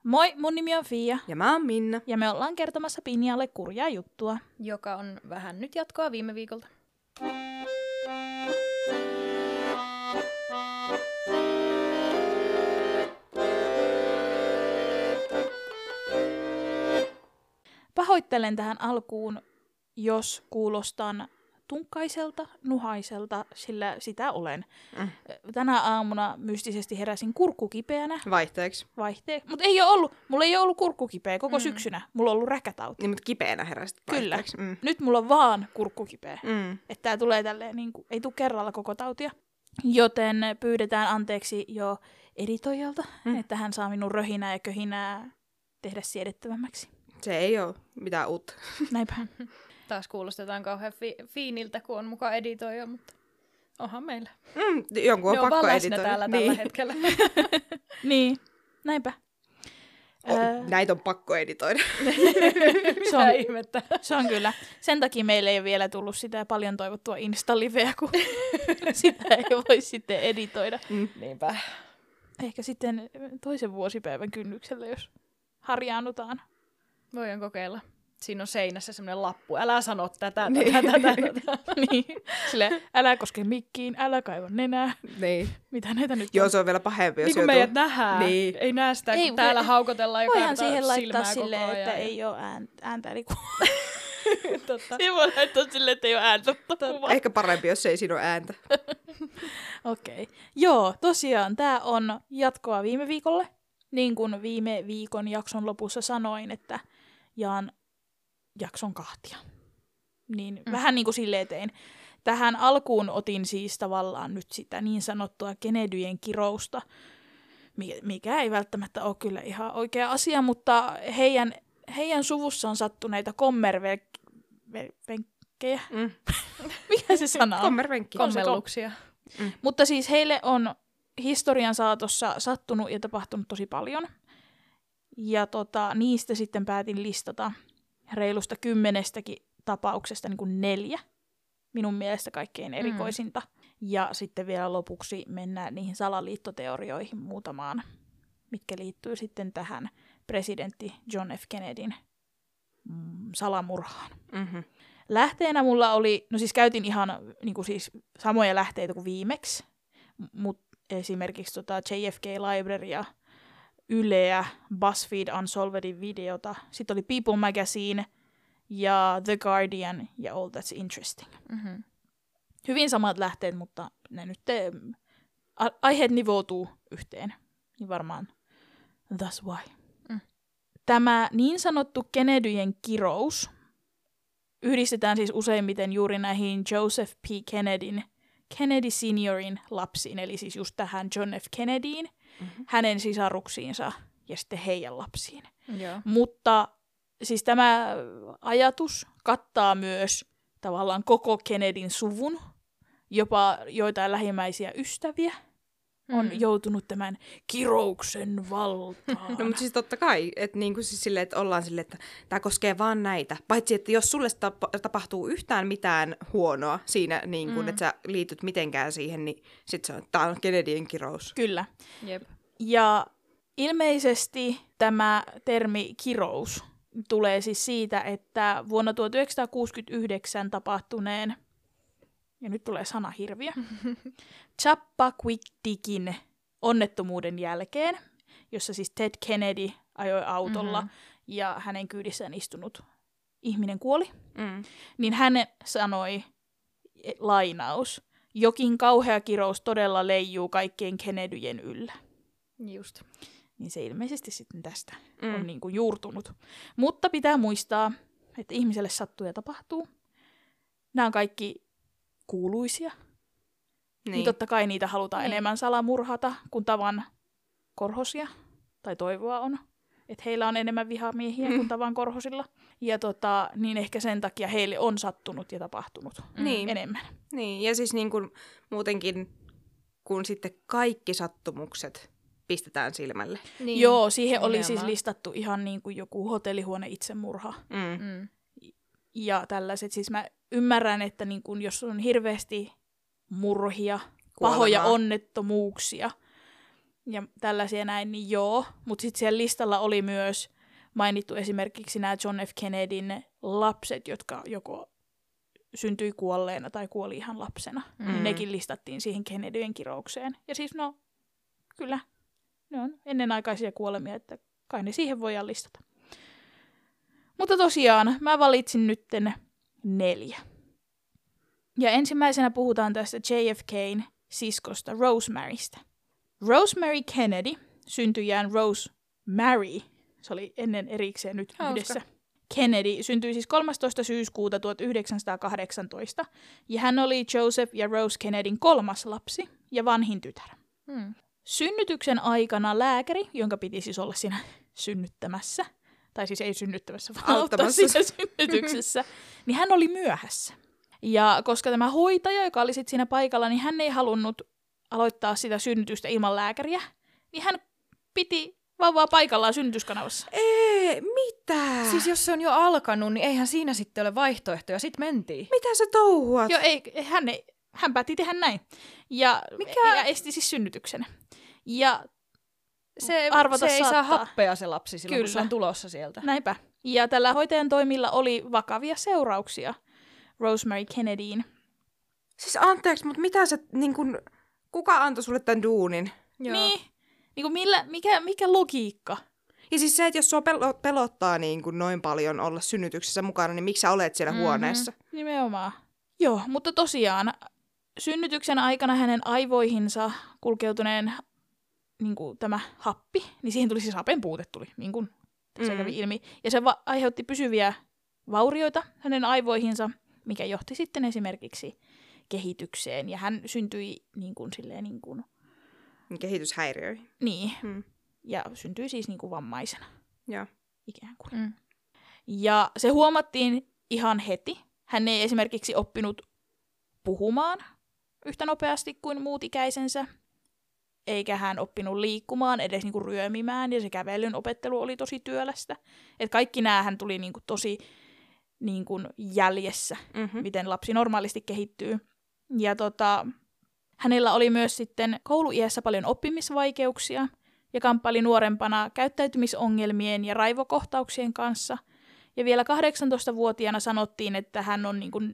Moi, mun nimi on Fia. Ja mä oon Minna. Ja me ollaan kertomassa Pinjalle kurjaa juttua. Joka on vähän nyt jatkoa viime viikolta. Pahoittelen tähän alkuun, jos kuulostan tunkkaiselta, nuhaiselta, sillä sitä olen. Tänä aamuna mystisesti heräsin kurkkukipeänä. Vaihteeksi. Mutta mulla ei ole ollut kurkkukipeä koko syksynä. Mulla on ollut räkätauti. Niin, mutta kipeänä heräsit vaihteeksi. Kyllä. Nyt mulla on vaan kurkkukipeä. Että tää tulee tälleen, niin kuin, ei tule kerralla koko tautia. Joten pyydetään anteeksi jo editoijalta, että hän saa minun röhinää ja köhinää tehdä siedettävämmäksi. Se ei ole mitään uutta. Näinpä. Taas kuulostetaan kauhean fiiniltä, kun on mukaan editoija, mutta onhan meillä. Jonkun on pakko editoida. täällä tällä hetkellä. Niin, näinpä. Näitä on pakko editoida. Mitä ihmettä? Se on kyllä. Sen takia meille ei ole vielä tullut sitä paljon toivottua Insta-liveä, kun sitä ei voi sitten editoida. Niinpä. Ehkä sitten toisen vuosipäivän kynnyksellä, jos harjaannutaan. Voidaan kokeilla. Siinä on seinässä semmoinen lappu. Älä sano tätä. Niin. Silleen, älä koske mikkiin, älä kaiva nenää. Niin. Mitä näitä nyt Joo, on? se on vielä pahempi, jos niin kuin meidät nähdään. Niin. Ei näe sitä, kun täällä haukotellaan joka voihan kerta siihen laittaa silmää silleen, koko että ajan. ei ole ääntä. Eli Totta. siihen voi laittaa silleen, että ei ole ääntä. Ehkä parempi, jos ei siinä ole ääntä. Okei. Joo, tosiaan tämä on jatkoa viime viikolle. Niin kuin viime viikon jakson lopussa sanoin, että jaan jakson kahtia. Niin vähän niin kuin silleen tein. Tähän alkuun otin siis tavallaan nyt sitä niin sanottua Kennedyjen kirousta, mikä ei välttämättä ole kyllä ihan oikea asia, mutta heidän suvussa on sattuneita kommervenkkejä. Mikä se sana on? Kommervenkki. Kommelluksia. Mutta siis heille on historian saatossa sattunut ja tapahtunut tosi paljon. Ja niistä sitten päätin listata reilusta 10 tapauksesta niin kuin 4. Minun mielestä kaikkein erikoisinta. Ja sitten vielä lopuksi mennään niihin salaliittoteorioihin muutamaan, mitkä liittyy sitten tähän presidentti John F. Kennedyn salamurhaan. Lähteenä mulla oli, no siis käytin ihan niin kuin siis samoja lähteitä kuin viimeksi, mutta esimerkiksi JFK Librarya, Yleä, BuzzFeed Unsolvedin videota, sitten oli People Magazine ja The Guardian ja All That's Interesting. Hyvin samat lähteet, mutta ne nyt aiheet nivoutuu yhteen, niin varmaan that's why. Tämä niin sanottu Kennedyjen kirous yhdistetään siis useimmiten juuri näihin Joseph P. Kennedy Seniorin lapsiin, eli siis just tähän John F. Kennedyin, hänen sisaruksiinsa ja sitten heidän lapsiin. Joo. Mutta siis tämä ajatus kattaa myös tavallaan koko Kennedyn suvun, jopa joitain lähimmäisiä ystäviä on joutunut tämän kirouksen valtaan. No mutta siis totta kai, että niinku siis silleen, että ollaan silleen, että tämä koskee vaan näitä. Paitsi, että jos sulle tapahtuu yhtään mitään huonoa siinä, niin kun, että sä liityt mitenkään siihen, niin sit se on, tää on Kennedyn kirous. Kyllä. Jep. Ja ilmeisesti tämä termi kirous tulee siis siitä, että vuonna 1969 tapahtuneen, ja nyt tulee sana hirviö, Chappaquidickin onnettomuuden jälkeen, jossa siis Ted Kennedy ajoi autolla ja hänen kyydissään istunut ihminen kuoli, niin hän sanoi, lainaus, jokin kauhea kirous todella leijuu kaikkien Kennedyjen yllä. Just. Niin se ilmeisesti sitten tästä on niin kuin juurtunut. Mutta pitää muistaa, että ihmiselle sattuu ja tapahtuu. Nämä on kaikki kuuluisia. Niin totta kai niitä halutaan enemmän salamurhata kuin tavan korhosia. Tai toivoa on, että heillä on enemmän vihamiehiä kuin tavan korhosilla. Ja niin ehkä sen takia heille on sattunut ja tapahtunut enemmän. Niin, ja siis niin kuin muutenkin, kun sitten kaikki sattumukset pistetään silmälle. Niin, joo, siihen oli siis listattu ihan niin kuin joku hotellihuone itsemurha. Ja tällaiset, siis mä ymmärrän, että niin kun jos on hirveästi murhia, pahoja onnettomuuksia, ja tällaisia näin, niin joo. Mutta sitten siellä listalla oli myös mainittu esimerkiksi nämä John F. Kennedyn lapset, jotka joko syntyi kuolleena tai kuoli ihan lapsena. Niin nekin listattiin siihen Kennedyn kiroukseen. Ja siis no, kyllä, ne on ennenaikaisia kuolemia, että kai ne siihen voidaan listata. Mutta tosiaan, mä valitsin nytten 4. Ja ensimmäisenä puhutaan tästä JFK:n siskosta Rosemarystä. Rosemary Kennedy, syntyjään Rosemary, se oli ennen erikseen nyt yhdessä. Kennedy syntyi siis 13. syyskuuta 1918, ja hän oli Joseph ja Rose Kennedyn 3. lapsi ja vanhin tytär. Synnytyksen aikana lääkäri, jonka piti siis olla siinä synnyttämässä, tai siis ei synnyttämässä, vaan auttaa siinä synnytyksessä, niin hän oli myöhässä. Ja koska tämä hoitaja, joka oli sitten siinä paikalla, niin hän ei halunnut aloittaa sitä synnytystä ilman lääkäriä, niin hän piti vauvaa paikallaan synnytyskanavassa. Mitä? Siis jos se on jo alkanut, niin eihän siinä sitten ole vaihtoehtoja. Sitten mentiin. Mitä sä touhuat? Joo, hän päätti tehdä näin. Ja esti siis synnytyksen. Ja se ei saa happea se lapsi silloin, kun se on tulossa sieltä. Näinpä. Ja tällä hoitajan toimilla oli vakavia seurauksia Rosemary Kennedyin. Siis anteeksi, mutta mitä sä, niin kun, kuka antoi sulle tämän duunin? Joo. Niin kuin mikä logiikka? Ja siis se, että jos sua pelottaa niin kuin noin paljon olla synnytyksessä mukana, niin miksi sä olet siellä huoneessa? Nimenomaan. Joo, mutta tosiaan synnytyksen aikana hänen aivoihinsa kulkeutuneen niin kuin tämä happi, niin siihen tuli siis hapen puute tuli, niin kuin tässä kävi ilmi. Ja se aiheutti pysyviä vaurioita hänen aivoihinsa, mikä johti sitten esimerkiksi kehitykseen. Ja hän syntyi niin kuin silleen niin kuin kehityshäiriöihin. Niin. Ja syntyi siis niin kuin vammaisena. Ja. Ikään kuin. Ja se huomattiin ihan heti. Hän ei esimerkiksi oppinut puhumaan yhtä nopeasti kuin muut ikäisensä. Eikä hän oppinut liikkumaan, edes niinku ryömimään, ja se kävelyn opettelu oli tosi työlästä. Et kaikki näähän tuli niinku tosi niinku jäljessä, miten lapsi normaalisti kehittyy. Ja hänellä oli myös sitten kouluiässä paljon oppimisvaikeuksia, ja kamppaili nuorempana käyttäytymisongelmien ja raivokohtauksien kanssa. Ja vielä 18-vuotiaana sanottiin, että hän on niinku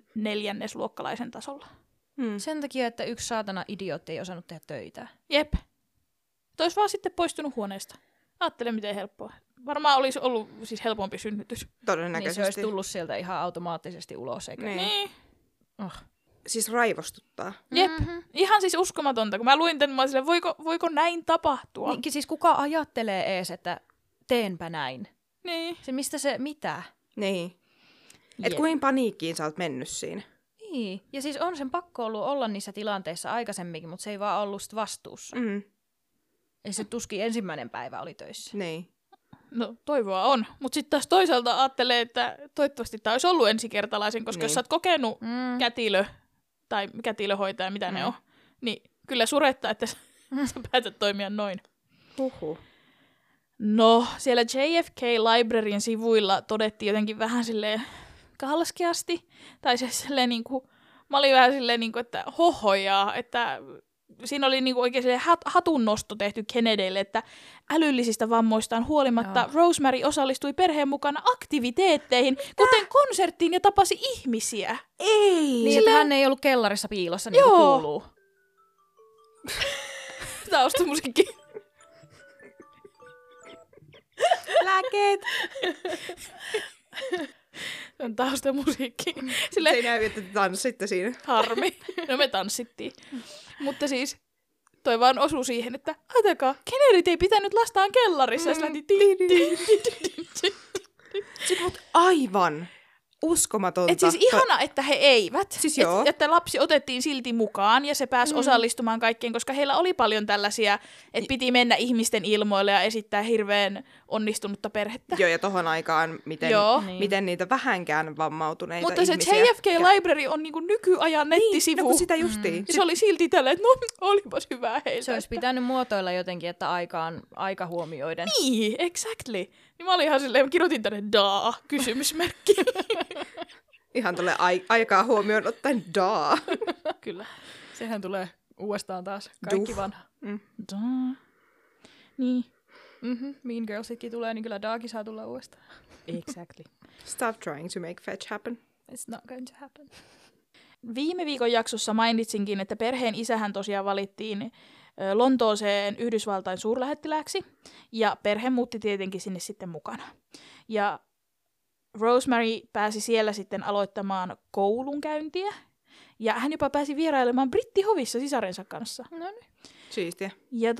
4. tasolla. Sen takia, että yksi saatana idiootti ei osannut tehdä töitä. Jep. Olisi vaan sitten poistunut huoneesta. Ajattele, miten helppoa. Varmaan olisi ollut siis helpompi synnytys. Todennäköisesti. Niin se olisi tullut sieltä ihan automaattisesti ulos, eikä? Niin. Siis raivostuttaa. Jep. Ihan siis uskomatonta. Kun mä luin tämän, mä olin silleen, voiko näin tapahtua? Niin, siis kuka ajattelee ees, että teenpä näin? Niin. Mitä? Niin. Et kuin paniikkiin sä oot mennyt siinä. Niin. Ja siis on sen pakko ollut olla niissä tilanteissa aikaisemminkin, mutta se ei vaan ollut sit vastuussa. Ja se tuskin ensimmäinen päivä oli töissä. Niin. No toivoa on. Mutta sitten taas toisaalta ajattelee, että toivottavasti tämä olisi ollut ensikertalaisen, koska jos sä oot kokenut kätilö tai kätilöhoitaja, mitä ne on, niin kyllä surettaa, että sä päätät toimia noin. No, siellä JFK Libraryn sivuilla todettiin jotenkin vähän silleen kalskeasti, tai se silleen niinku, mä olin vähän silleen niinku, että hohojaa, että siinä oli niinku oikein silleen hatunnosto tehty Kennedylle, että älyllisistä vammoistaan huolimatta Rosemary osallistui perheen mukana aktiviteetteihin, kuten konserttiin ja tapasi ihmisiä. Ei! Niin, että hän ei ollut kellarissa piilossa, niin kuin kuuluu. Taustamusiikki. Lääkeet! Se on taustamusiikki. Se ei näy, että te tanssitte siinä. Harmi. No me tanssittiin. Mutta siis toi vaan osui siihen, että ajatakaa, Kennedy ei pitänyt lastaan kellarissa. Ja se lähti Mut aivan uskomatonta. Et siis ihana, että he eivät. Siis joo. Että lapsi otettiin silti mukaan ja se pääsi osallistumaan kaikkeen, koska heillä oli paljon tällaisia, että piti mennä ihmisten ilmoille ja esittää hirveän onnistunutta perhettä. Joo, ja tohon aikaan, miten niitä vähänkään vammautuneita mutta ihmisiä. Mutta se JFK Library on niinku nykyajan nettisivu. Niin, no sitä justiin. Ja se oli silti tälleen, että no olipas hyvää heiltä. Se olisi pitänyt muotoilla jotenkin, että aika huomioiden. Niin, exactly. Niin mä olin ihan silleen, kirjoitin tänne kysymysmerkki. Ihan tulee aikaa huomioon ottaen Kyllä. Sehän tulee uudestaan taas kaikki vanha. Niin. Mean Girlsitkin tulee, niin kyllä Daagi saa tulla uudestaan. Exactly. Stop trying to make fetch happen. It's not going to happen. Viime viikon jaksossa mainitsinkin, että perheen isähän tosiaan valittiin Lontooseen Yhdysvaltain suurlähettilääksi, ja perhe muutti tietenkin sinne sitten mukana. Ja Rosemary pääsi siellä sitten aloittamaan koulunkäyntiä, ja hän jopa pääsi vierailemaan brittihovissa sisarensa kanssa. No niin. Siistiä. Ja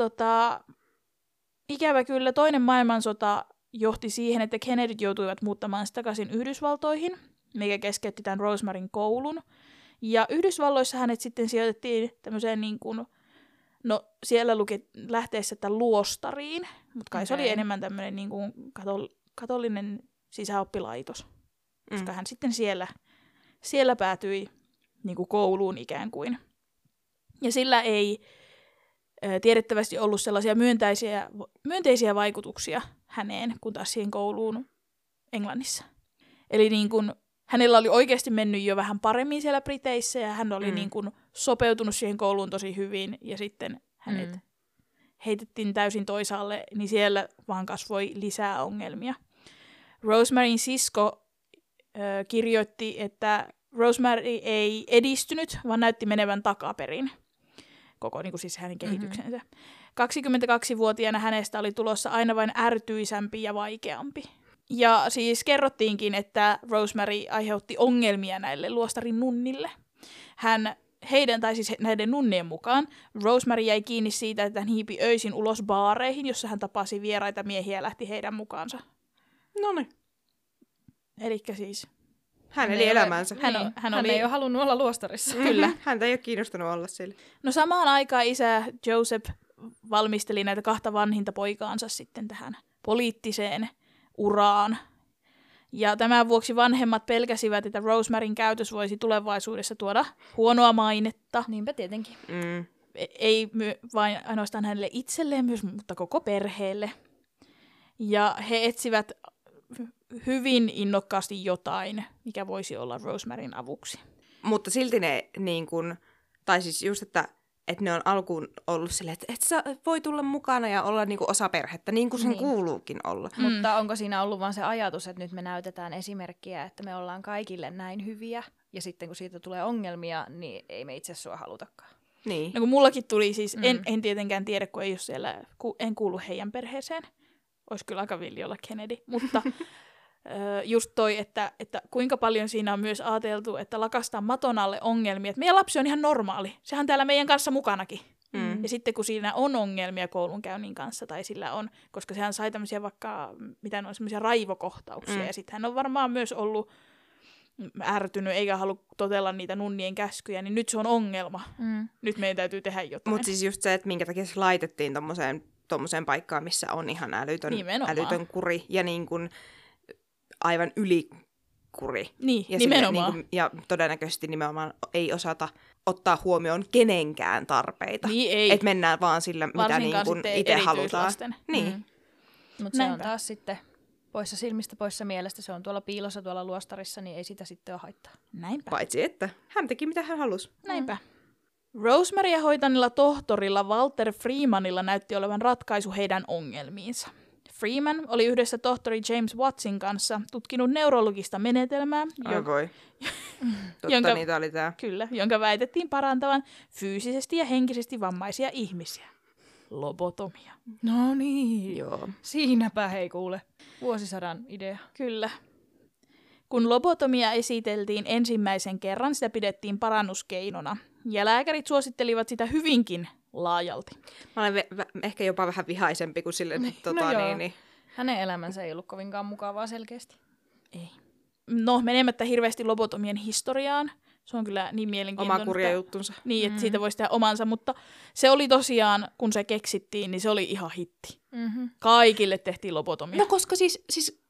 ikävä kyllä toinen maailmansota johti siihen, että Kennedyt joutuivat muuttamaan takaisin Yhdysvaltoihin, mikä keskeytti tämän Rosemaryn koulun. Ja Yhdysvalloissa hänet sitten sijoitettiin tämmöiseen niin kuin, no siellä luki lähteessä että luostariin, mutta kai se oli enemmän tämmöinen niin kuin katolinen sisäoppilaitos, koska hän sitten siellä päätyi niin kuin kouluun ikään kuin. Ja sillä ei tiedettävästi ollut sellaisia myönteisiä vaikutuksia häneen, kun taas siihen kouluun Englannissa. Eli niin kuin hänellä oli oikeasti mennyt jo vähän paremmin siellä Briteissä, ja hän oli niin kuin sopeutunut siihen kouluun tosi hyvin, ja sitten hänet heitettiin täysin toisaalle, niin siellä vaan kasvoi lisää ongelmia. Rosemaryn sisko kirjoitti, että Rosemary ei edistynyt, vaan näytti menevän takaperin koko niin kuin siis hänen kehityksensä. 22-vuotiaana hänestä oli tulossa aina vain ärtyisämpi ja vaikeampi. Ja siis kerrottiinkin, että Rosemary aiheutti ongelmia näille luostarin nunnille. Näiden nunnien mukaan Rosemary jäi kiinni siitä, että hän hiipi öisin ulos baareihin, jossa hän tapasi vieraita miehiä ja lähti heidän mukaansa. Noniin. Elikkä siis hän eli elämänsä. Hän ei ole halunnut olla luostarissa. Kyllä. Häntä ei ole kiinnostanut olla siellä. No samaan aikaan isä Joseph valmisteli näitä 2 vanhinta poikaansa sitten tähän poliittiseen uraan. Ja tämän vuoksi vanhemmat pelkäsivät, että Rosemaryn käytös voisi tulevaisuudessa tuoda huonoa mainetta. Niinpä tietenkin. Ei vain ainoastaan hänelle itselleen, mutta koko perheelle. Ja he etsivät hyvin innokkaasti jotain, mikä voisi olla Rosemaryn avuksi. Mutta silti ne niin kuin, tai siis just, että ne on alkuun ollut silleen, että sä voi tulla mukana ja olla niin kuin osa perhettä, niin kuin sen kuuluukin olla. Mutta onko siinä ollut vaan se ajatus, että nyt me näytetään esimerkkiä, että me ollaan kaikille näin hyviä, ja sitten kun siitä tulee ongelmia, niin ei me itse sua halutakaan. Niin. No kun mullakin tuli siis, en tietenkään tiedä, kun ei ole siellä, en kuulu heidän perheeseen. Olisi kyllä aika villi olla Kennedy, mutta just toi, että kuinka paljon siinä on myös ajateltu, että lakastaa maton alle ongelmia. Että meidän lapsi on ihan normaali. Sehän on täällä meidän kanssa mukanakin. Ja sitten kun siinä on ongelmia koulunkäynnin kanssa, tai sillä on, koska sehän sai tämmöisiä vaikka, mitä on semmoisia raivokohtauksia, ja sitten hän on varmaan myös ollut ärtynyt, eikä halua totella niitä nunnien käskyjä, niin nyt se on ongelma. Nyt meidän täytyy tehdä jotain. Mutta siis just se, että minkä takia se laitettiin tommoseen paikkaan, missä on ihan älytön kuri, ja niin kuin aivan ylikuri. Niin, ja nimenomaan. Niin kuin, ja todennäköisesti nimenomaan ei osata ottaa huomioon kenenkään tarpeita. Niin ei. Että mennään vaan sillä, mitä niin kuin itse halutaan. Niin. Mutta se on taas sitten poissa silmistä, poissa mielestä. Se on tuolla piilossa, tuolla luostarissa, niin ei sitä sitten ole haittaa. Näinpä. Paitsi, että hän teki mitä hän halusi. Näinpä. Rosemarya hoitanilla tohtorilla Walter Freemanilla näytti olevan ratkaisu heidän ongelmiinsa. Freeman oli yhdessä tohtori James Wattsin kanssa tutkinut neurologista menetelmää, niitä oli tää. Kyllä, jonka väitettiin parantavan fyysisesti ja henkisesti vammaisia ihmisiä. Lobotomia. No niin, joo. Siinäpä hei kuule. Vuosisadan idea. Kyllä. Kun lobotomia esiteltiin ensimmäisen kerran, sitä pidettiin parannuskeinona. Ja lääkärit suosittelivat sitä hyvinkin laajalti. Mä olen ehkä jopa vähän vihaisempi kuin sille. Niin. Hänen elämänsä ei ollut kovinkaan mukavaa selkeästi. Ei. No, menemättä hirveästi lobotomien historiaan. Se on kyllä niin mielenkiintoinen. Oma kurja juttunsa. Niin, että siitä voisi tehdä omansa, mutta se oli tosiaan, kun se keksittiin, niin se oli ihan hitti. Kaikille tehtiin lobotomia. No koska siis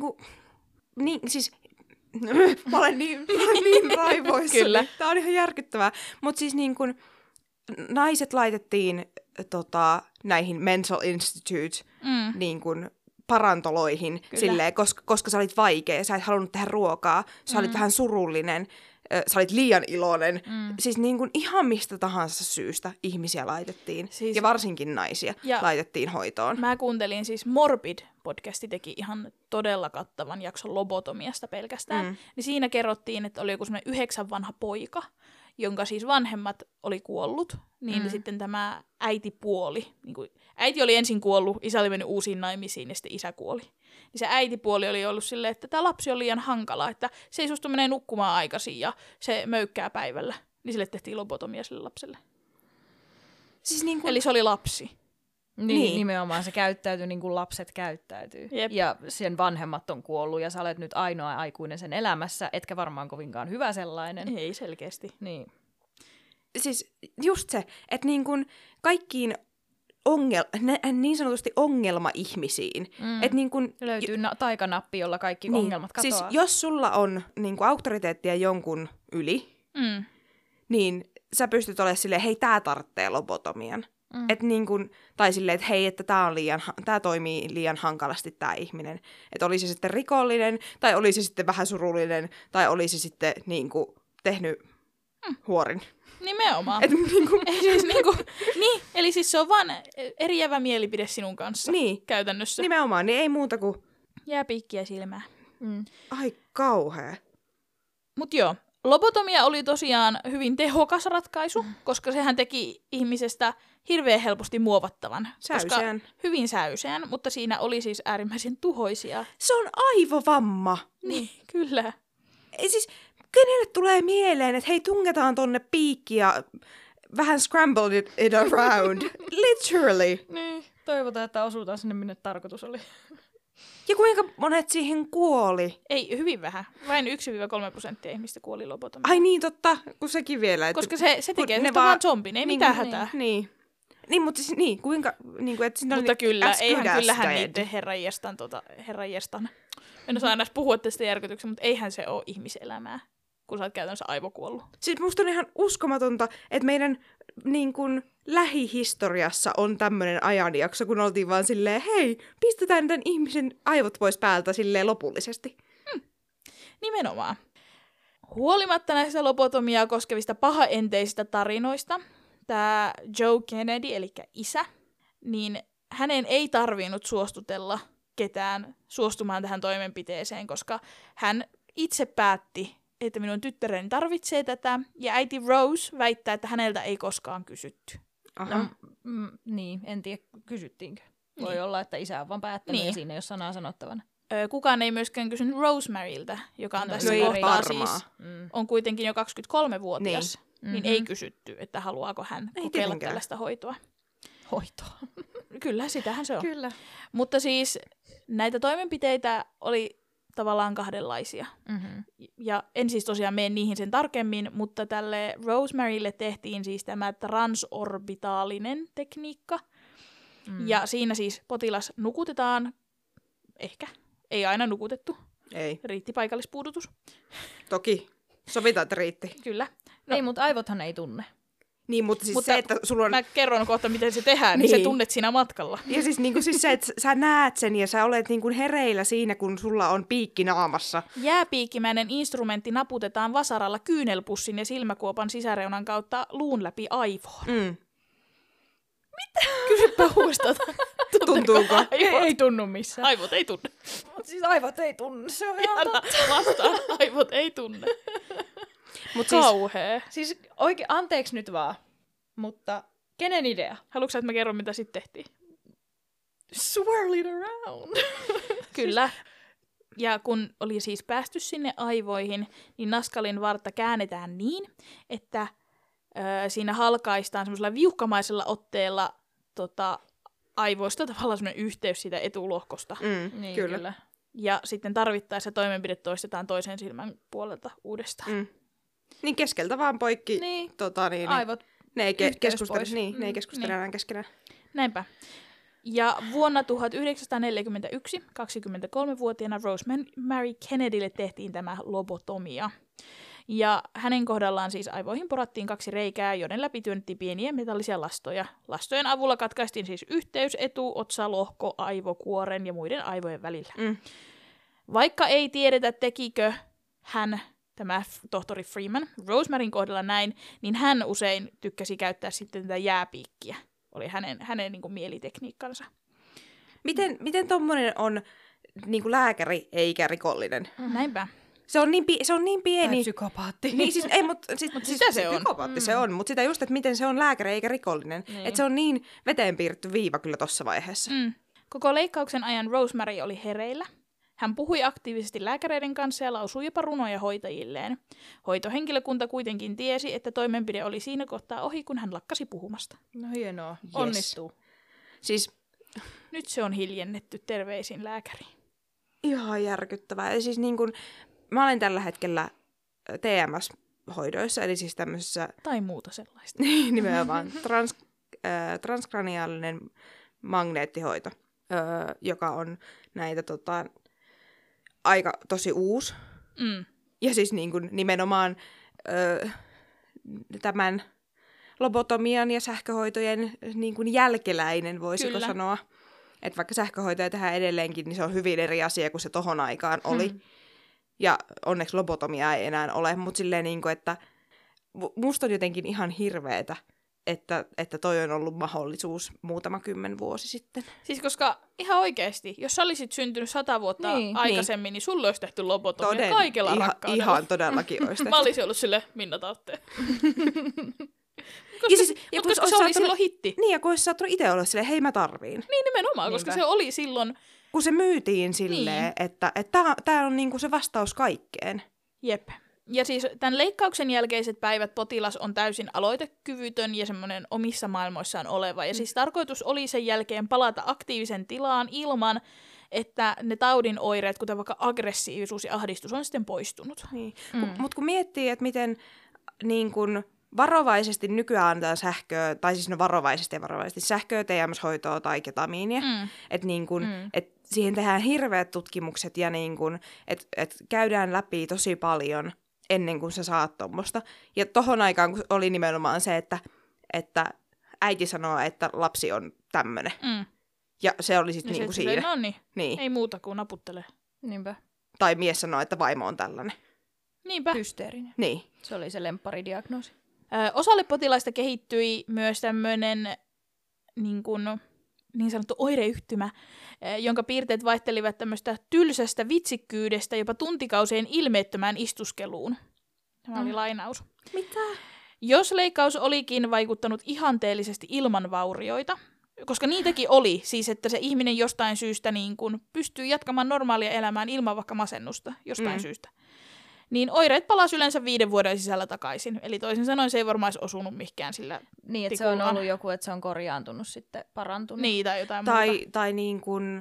mä olen niin raivoissani. Kyllä. Tää on ihan järkyttävää. Mutta siis niin kuin naiset laitettiin näihin mental institute niin kuin parantoloihin silleen, koska sä olit vaikea, sä et halunnut tehdä ruokaa, sä olit vähän surullinen, sä olit liian iloinen. Siis niin kuin ihan mistä tahansa syystä ihmisiä laitettiin, siis, ja varsinkin naisia laitettiin hoitoon. Mä kuuntelin siis Morbid-podcasti teki ihan todella kattavan jakson lobotomiasta pelkästään. Niin siinä kerrottiin, että oli joku semmoinen 9 vanha poika, jonka siis vanhemmat oli kuollut, niin sitten tämä äitipuoli, niin kuin, äiti oli ensin kuollut, isä oli mennyt uusiin naimisiin ja sitten isä kuoli. Niin se äitipuoli oli ollut silleen, että tämä lapsi on liian hankala, että se ei suostu menee nukkumaan aikaisin ja se möykkää päivällä. Niin sille tehtiin lobotomia sille lapselle. Siis niin kuin... Eli se oli lapsi. Niin, nimenomaan se käyttäytyy niin kuin lapset käyttäytyy. Jep. Ja sen vanhemmat on kuollut ja sä olet nyt ainoa aikuinen sen elämässä, etkä varmaan kovinkaan hyvä sellainen. Ei selkeästi. Niin. Siis just se, että niin kuin kaikkiin niin sanotusti ongelma-ihmisiin. Että niin kuin, löytyy taikanappi, jolla kaikki ongelmat katoaa. Siis jos sulla on niin kuin auktoriteettia jonkun yli, niin sä pystyt olemaan silleen, hei, tää tarvitsee lobotomian. Et niin kun, tai silleen, että hei, että tää toimii liian hankalasti tää ihminen. Että oli se sitten rikollinen, tai oli se sitten vähän surullinen, tai oli se sitten niin kuin, tehnyt huorin. Nimenomaan. Eli siis se on vaan eriävä mielipide sinun kanssa käytännössä. Nimenomaan, niin ei muuta kuin... Jää piikkiä silmään. Ai kauhea. Mut joo, lobotomia oli tosiaan hyvin tehokas ratkaisu, koska sehän teki ihmisestä hirveän helposti muovattavan. Säyseän. Hyvin säyseän, mutta siinä oli siis äärimmäisen tuhoisia. Se on aivovamma. Niin, kyllä. Ei siis, kenelle tulee mieleen, että hei, tungetaan tonne piikki ja vähän scrambled it around. Literally. Niin, toivotaan, että osutaan sinne, minne tarkoitus oli. Ja kuinka monet siihen kuoli? Ei, hyvin vähän. Vain 1-3% ihmistä kuoli lobotomiaan. Ai niin, totta, kun sekin vielä. Että koska se tekee ne vaan zombin, ei mitään hätää. Niin, mutta siis, kuinka, niin kuin, että mutta kyllä, kyllähän niiden herranjestan. En osaa aina puhua tästä järkytyksestä, mutta eihän se ole ihmiselämää, kun sä oot käytännössä aivokuollut. Siis musta on ihan uskomatonta, että meidän niin kuin, lähihistoriassa on tämmöinen ajanjakso, kun oltiin vaan silleen, hei, pistetään tämän ihmisen aivot pois päältä silleen lopullisesti. Nimenomaan. Huolimatta näistä lobotomiaa koskevista pahaenteisistä tarinoista, tämä Joe Kennedy, eli isä, niin hänen ei tarvinnut suostutella ketään suostumaan tähän toimenpiteeseen, koska hän itse päätti, että minun tyttäreni tarvitsee tätä, ja äiti Rose väittää, että häneltä ei koskaan kysytty. Aha. No, niin, en tiedä, kysyttiinkö. Voi olla, että isä on vaan päättänyt ja siinä ei ole sanaa sanottavana. Kukaan ei myöskään kysynyt Rosemaryltä, joka on tässä kohtaa siis, on kuitenkin jo 23-vuotias, niin ei kysytty, että haluaako hän kokeilla tällaista hoitoa. Kyllä, sitähän se on. Kyllä. Mutta siis näitä toimenpiteitä oli tavallaan kahdenlaisia. Ja en siis tosiaan mene niihin sen tarkemmin, mutta tälle Rosemarylle tehtiin siis tämä transorbitaalinen tekniikka. Ja siinä siis potilas nukutetaan, ehkä, ei aina nukutettu. Ei. Riitti paikallispuudutus. Toki, sovitaan, että riitti. Kyllä. No, ei, mutta aivothan ei tunne. Niin, mutta siis se, että sulla on... Mä kerron kohta, miten se tehdään, niin se tunnet siinä matkalla. Ja siis, niin siis se, että sä näet sen ja sä olet niin kuin hereillä siinä, kun sulla on piikki naamassa. Jääpiikkimäinen instrumentti naputetaan vasaralla kyynelpussin ja silmäkuopan sisäreunan kautta luun läpi aivoon. Mitä? Kysypä uudestaan. Tuntuuko? Ei tunnu missään. Aivot ei tunne. Siis aivot ei tunne, se on ihan totta. Vastaan, aivot ei tunne. Mut kauhea. Siis oikein, anteeksi nyt vaan, mutta kenen idea? Haluatko sä, että mä kerron, mitä sitten tehtiin? Swirl it around. Kyllä. Ja kun oli siis päästy sinne aivoihin, niin naskalin vartta käännetään niin, että siinä halkaistaan semmoisella viuhkamaisella otteella aivoista tavallaan semmoinen yhteys siitä etulohkosta. Niin, kyllä. Ja sitten tarvittaessa toimenpide toistetaan toisen silmän puolelta uudestaan. Niin keskeltä vaan poikki. Niin. Aivot. Ne ei keskustele enää keskenään. Näinpä. Ja vuonna 1941 23-vuotiaana Rosemary Kennedylle tehtiin tämä lobotomia. Ja hänen kohdallaan siis aivoihin porattiin 2 reikää, joiden läpi työnnettiin pieniä metallisia lastoja. Lastojen avulla katkaistiin siis yhteys otsalohko, aivokuoren ja muiden aivojen välillä. Vaikka ei tiedetä, tekikö hän tämä tohtori Freeman, Rosemaryn kohdalla näin, niin hän usein tykkäsi käyttää sitten tätä jääpiikkiä. Oli hänen niin kuin mielitekniikkansa. Miten tommonen on niin kuin lääkäri eikä rikollinen? Näinpä. Se on niin pieni. Tai psykopaatti. Niin, siis, ei, mutta siis, sitä se on. Psykopaatti se on, mutta sitä just, että miten se on lääkäri eikä rikollinen. Niin. Että se on niin veteen piirretty viiva kyllä tossa vaiheessa. Koko leikkauksen ajan Rosemary oli hereillä. Hän puhui aktiivisesti lääkäreiden kanssa ja lausui jopa runoja hoitajilleen. Hoitohenkilökunta kuitenkin tiesi, että toimenpide oli siinä kohtaa ohi, kun hän lakkasi puhumasta. No hienoa. Yes. Onnistuu. Siis Nyt se on hiljennetty, terveisin lääkäri. ihan järkyttävää. Ja siis niin kun, mä olen tällä hetkellä TMS-hoidoissa, eli siis tämmöisessä Tai muuta sellaista. nimenomaan transkraniaalinen magneettihoito, joka on näitä aika tosi uusi. Ja siis niin kun, nimenomaan tämän lobotomian ja sähköhoitojen niin kun jälkeläinen, voisiko Kyllä. sanoa. Että vaikka sähköhoitoja tehdään edelleenkin, niin se on hyvin eri asia kuin se tohon aikaan oli. Ja onneksi lobotomia ei enää ole, mutta silleen niin kuin, että musta on jotenkin ihan hirveetä, että toi on ollut mahdollisuus muutama 10 vuosi sitten. Siis koska ihan oikeasti, jos sä olisit syntynyt 100 vuotta aikaisemmin, niin sulle olisi tehty lobotomia kaikella rakkaudella. Ihan todellakin olisi Mä olisin ollut sille Minna Tautte. Ja siis, ja koska se oli silloin hitti. Niin, ja kun olisi saattanut itse olla silleen, hei mä tarviin. Niin nimenomaan, koska Niinpä. se oli silloin... Kun se myytiin silleen, että tää on niinku se vastaus kaikkeen. Jep. Ja siis tämän leikkauksen jälkeiset päivät potilas on täysin aloitekyvytön ja semmoinen omissa maailmoissaan oleva. Ja siis tarkoitus oli sen jälkeen palata aktiivisen tilaan ilman, että ne taudin oireet, kuten vaikka aggressiivisuus ja ahdistus, on sitten poistunut. Niin. Mutta kun miettii, että miten niin kun varovaisesti nykyään antaa sähköä, tai siis no varovaisesti sähköä, TMS-hoitoa tai ketamiinia, että niin kun, et siihen tehdään hirveät tutkimukset ja niin kun, et käydään läpi tosi paljon ennen kuin sä saat tommosta. Ja tohon aikaan kun oli nimenomaan se, että äiti sanoo, että lapsi on tämmönen. Ja se oli sitten niinku siinä. No niin. ei muuta kuin naputtele. Niinpä. Tai mies sanoo, että vaimo on tällainen. Niinpä. Hysteerinen. Niin. Se oli se lempparidiagnoosi. Osalle potilaista kehittyi myös tämmöinen niin sanottu oireyhtymä, jonka piirteet vaihtelivat tämmöistä tylsästä vitsikkyydestä jopa tuntikausien ilmeettömään istuskeluun. Tämä oli lainaus. Mitä? Jos leikkaus olikin vaikuttanut ihanteellisesti ilman vaurioita, koska niitäkin oli, siis että se ihminen jostain syystä niin kuin pystyy jatkamaan normaalia elämään ilman vaikka masennusta jostain syystä, niin oireet palasi yleensä 5 vuoden sisällä takaisin. Eli toisin sanoen se ei varmaan olisi osunut mihinkään sillä Niin, että se on ollut joku, että se on korjaantunut sitten, parantunut. Niin, tai jotain muuta. Tai niin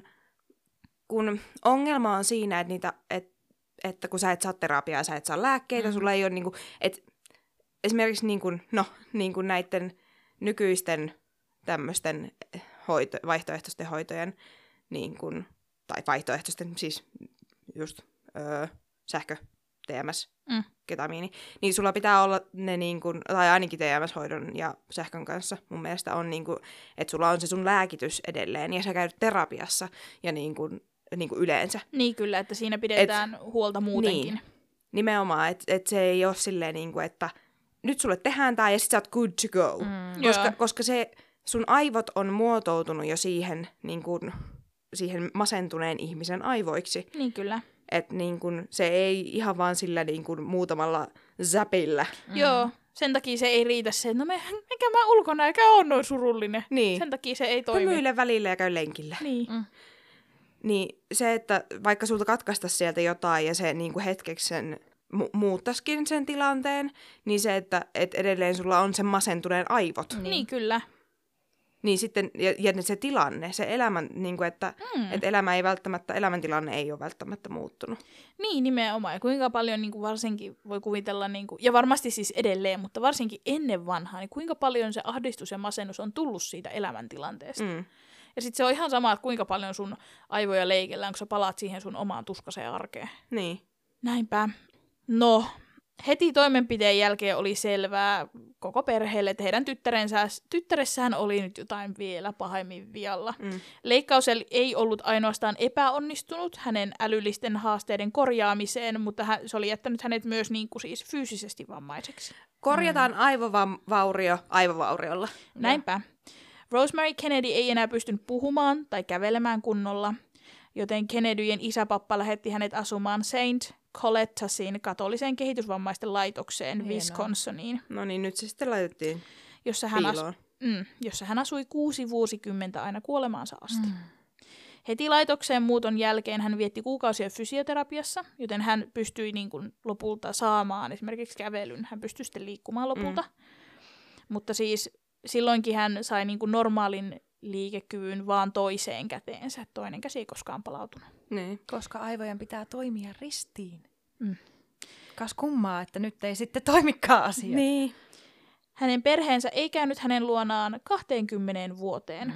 kun ongelma on siinä, että, että kun sä et saa terapiaa, sä et saa lääkkeitä, sulla ei ole niin kuin, että esimerkiksi niin kuin näiden nykyisten tämmöisten vaihtoehtoisten hoitojen, niin kuin, tai vaihtoehtoisten siis just sähkö, TMS, ketamiini, niin sulla pitää olla ne niin kuin, tai ainakin TMS-hoidon ja sähkön kanssa mun mielestä on niin kuin, että sulla on se sun lääkitys edelleen ja sä käyt terapiassa ja niin kuin yleensä. Niin kyllä, että siinä pidetään huolta muutenkin. Niin, nimenomaan, että se ei ole silleen niin kuin, että nyt sulle tehdään tää ja sit sä oot good to go. Koska se sun aivot on muotoutunut jo siihen, niin kuin, siihen masentuneen ihmisen aivoiksi. Niin kyllä. Että niin kun, se ei ihan vaan sillä niin kun, muutamalla säpillä. Joo, sen takia se ei riitä se, että no mikä mä ulkona eikä ole noin surullinen. Niin. Sen takia se ei toimi. Hymyile välillä ja käy lenkillä. Niin. Niin se, että vaikka sulta katkaistaisi sieltä jotain ja se niin kun hetkeksi sen muuttaisikin sen tilanteen, niin se, että edelleen sulla on sen masentuneen aivot. Niin kyllä. Niin sitten, ja se tilanne, se elämän, niin kuin, että elämäntilanne ei ole välttämättä muuttunut. Niin, nimenomaan. Ja kuinka paljon niin kuin varsinkin voi kuvitella, niin kuin, ja varmasti siis edelleen, mutta varsinkin ennen vanhaa, niin kuinka paljon se ahdistus ja masennus on tullut siitä elämäntilanteesta. Ja sitten se on ihan sama, että kuinka paljon sun aivoja leikellään, kun sä palaat siihen sun omaan tuskaseen arkeen. Niin. Näinpä. No, Heti toimenpiteen jälkeen oli selvää koko perheelle, että heidän tyttäressään oli nyt jotain vielä pahemmin vialla. Leikkaus ei ollut ainoastaan epäonnistunut hänen älyllisten haasteiden korjaamiseen, mutta se oli jättänyt hänet myös niin kuin siis fyysisesti vammaiseksi. Korjataan aivovaurio aivovauriolla. Näinpä. Rosemary Kennedy ei enää pystynyt puhumaan tai kävelemään kunnolla, joten Kennedyjen isäpappa lähetti hänet asumaan St. Colettasin katoliseen kehitysvammaisten laitokseen Wisconsiniin. No niin, nyt se sitten laitettiin jossa hän asui 6 vuosikymmentä aina kuolemaansa asti. Heti laitokseen muuton jälkeen hän vietti kuukausia fysioterapiassa, joten hän pystyi niin kuin lopulta saamaan esimerkiksi kävelyn. Hän pystyi sitten liikkumaan lopulta. Mutta siis silloinkin hän sai niin kuin normaalin liikekyvyn vaan toiseen käteensä. Toinen käsi ei koskaan palautunut. Niin. Koska aivojen pitää toimia ristiin. Kas kummaa, että nyt ei sitten toimikaan asia. Niin. Hänen perheensä ei käynyt hänen luonaan 20 vuoteen.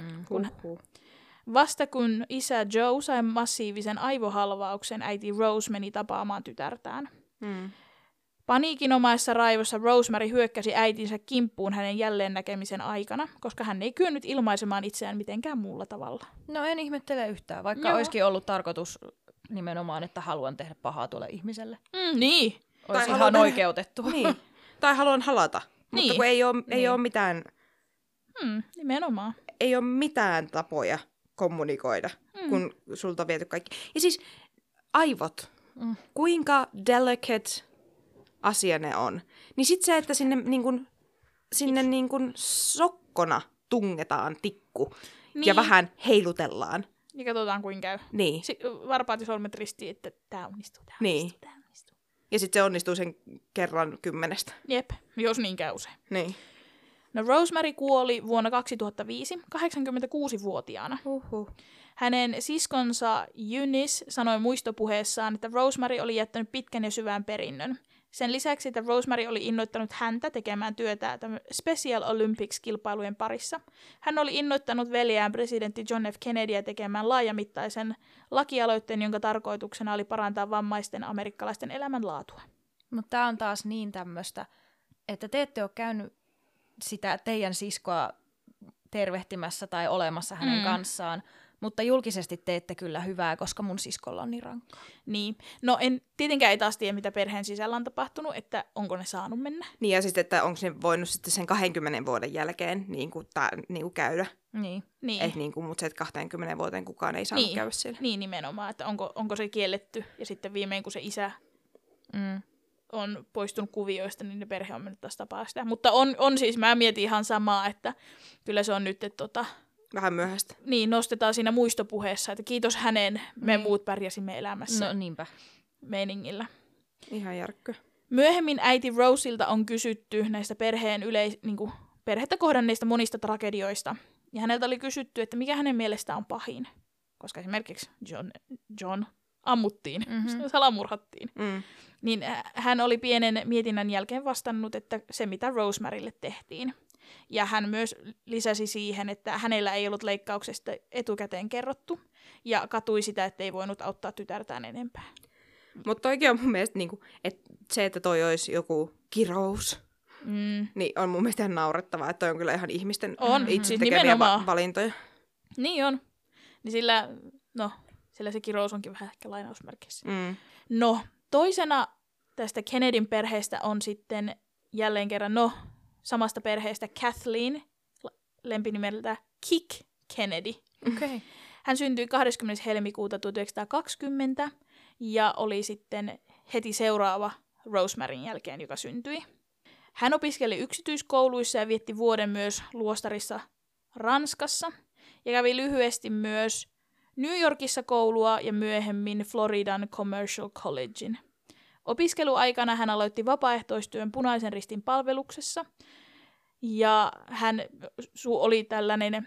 Vasta kun isä Joe sai massiivisen aivohalvauksen, äiti Rose meni tapaamaan tytärtään. Paniikinomaisessa raivossa Rosemary hyökkäsi äitinsä kimppuun hänen jälleen näkemisen aikana, koska hän ei kyennyt ilmaisemaan itseään mitenkään muulla tavalla. No en ihmettele yhtään, vaikka olisikin ollut tarkoitus nimenomaan, että haluan tehdä pahaa tuolle ihmiselle. Niin. Olisi ihan oikeutettua. Niin. Tai haluan halata, niin. Mutta kun ei ole mitään... Nimenomaan. Ei ole mitään tapoja kommunikoida, kun sulta on viety kaikki. Ja siis aivot, kuinka delicate asia ne on. Niin sit se, että sinne sokkona tungetaan tikku ja vähän heilutellaan. Ja katsotaan kuinka käy. Niin. Varpaat ja solmet ristiin, että tää onnistuu, tää onnistuu. Ja sitten se onnistuu sen kerran 10. Jep, jos niin käy usein. Niin. No Rosemary kuoli vuonna 2005, 86-vuotiaana. Hänen siskonsa Eunice sanoi muistopuheessaan, että Rosemary oli jättänyt pitkän ja syvän perinnön. Sen lisäksi, että Rosemary oli innoittanut häntä tekemään työtä Special Olympics-kilpailujen parissa. Hän oli innoittanut veljeään presidentti John F. Kennedyä tekemään laajamittaisen lakialoitteen, jonka tarkoituksena oli parantaa vammaisten amerikkalaisten elämänlaatua. Mutta tämä on taas niin tämmöistä, että te ette ole käynyt sitä teidän siskoa tervehtimässä tai olemassa hänen kanssaan, mutta julkisesti teette kyllä hyvää, koska mun siskolla on niin rankkaa. Niin. No en tietenkään ei taas tiedä, mitä perheen sisällä on tapahtunut, että onko ne saanut mennä. Niin ja sitten, että onko ne voinut sitten sen 20 vuoden jälkeen käydä. Niin. Että mutta se, että 20 vuoteen kukaan ei saanut käydä siellä. Niin nimenomaan, että onko se kielletty ja sitten viimein kun se isä on poistunut kuvioista, niin ne perhe on mennyt taas tapaa sitä. Mutta on siis, mä mietin ihan samaa, että kyllä se on nyt, että vähän myöhäistä. Niin, nostetaan siinä muistopuheessa, että kiitos hänen, me muut pärjäsimme elämässä. No niinpä. Meiningillä. Ihan järkkö. Myöhemmin äiti Rosilta on kysytty näistä perhettä kohdanneista monista tragedioista. Ja häneltä oli kysytty, että mikä hänen mielestään on pahin. Koska esimerkiksi John ammuttiin, salamurhattiin. Niin hän oli pienen mietinnän jälkeen vastannut, että se mitä Rosemarylle tehtiin. Ja hän myös lisäsi siihen, että hänellä ei ollut leikkauksesta etukäteen kerrottu. Ja katui sitä, että ei voinut auttaa tytärtään enempää. Mutta toikin on mun mielestä, että se, että toi olisi joku kirous, niin on mun mielestä ihan naurettavaa, että toi on kyllä ihan ihmisten itse tekeviä valintoja. Niin on. Niin sillä se kirous onkin vähän ehkä lainausmerkissä. No, toisena tästä Kennedyn perheestä on sitten jälleen kerran, samasta perheestä Kathleen, lempinimeltä Kick Kennedy. Okay. Hän syntyi 20. helmikuuta 1920 ja oli sitten heti seuraava Rosemaryn jälkeen, joka syntyi. Hän opiskeli yksityiskouluissa ja vietti vuoden myös luostarissa Ranskassa ja kävi lyhyesti myös New Yorkissa koulua ja myöhemmin Floridan Commercial Collegein. Opiskeluaikana hän aloitti vapaaehtoistyön Punaisen Ristin palveluksessa ja hän oli tällainen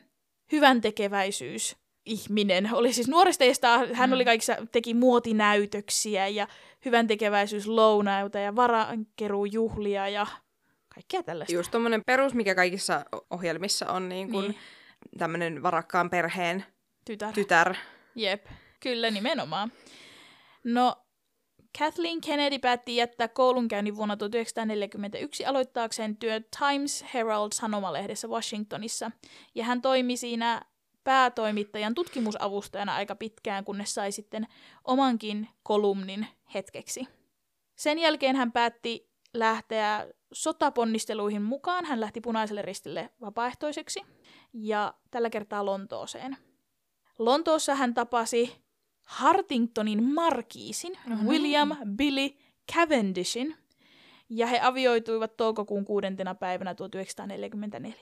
hyväntekeväisyysihminen. Oli siis nuoresta hän oli kaikissa, teki muotinäytöksiä ja hyväntekeväisyyslounauta ja varankeruujuhlia ja kaikkea tällaista. Just tommonen perus, mikä kaikissa ohjelmissa on tämmönen varakkaan perheen tytär. Jep, kyllä nimenomaan. No, Kathleen Kennedy päätti jättää koulunkäynnin vuonna 1941 aloittaakseen työ Times Herald-sanomalehdessä Washingtonissa, ja hän toimi siinä päätoimittajan tutkimusavustajana aika pitkään, kunnes sai sitten omankin kolumnin hetkeksi. Sen jälkeen hän päätti lähteä sotaponnisteluihin mukaan. Hän lähti Punaiselle Ristille vapaaehtoiseksi ja tällä kertaa Lontooseen. Lontoossa hän tapasi Hartingtonin markiisin, William Billy Cavendishin, ja he avioituivat toukokuun 6. päivänä 1944.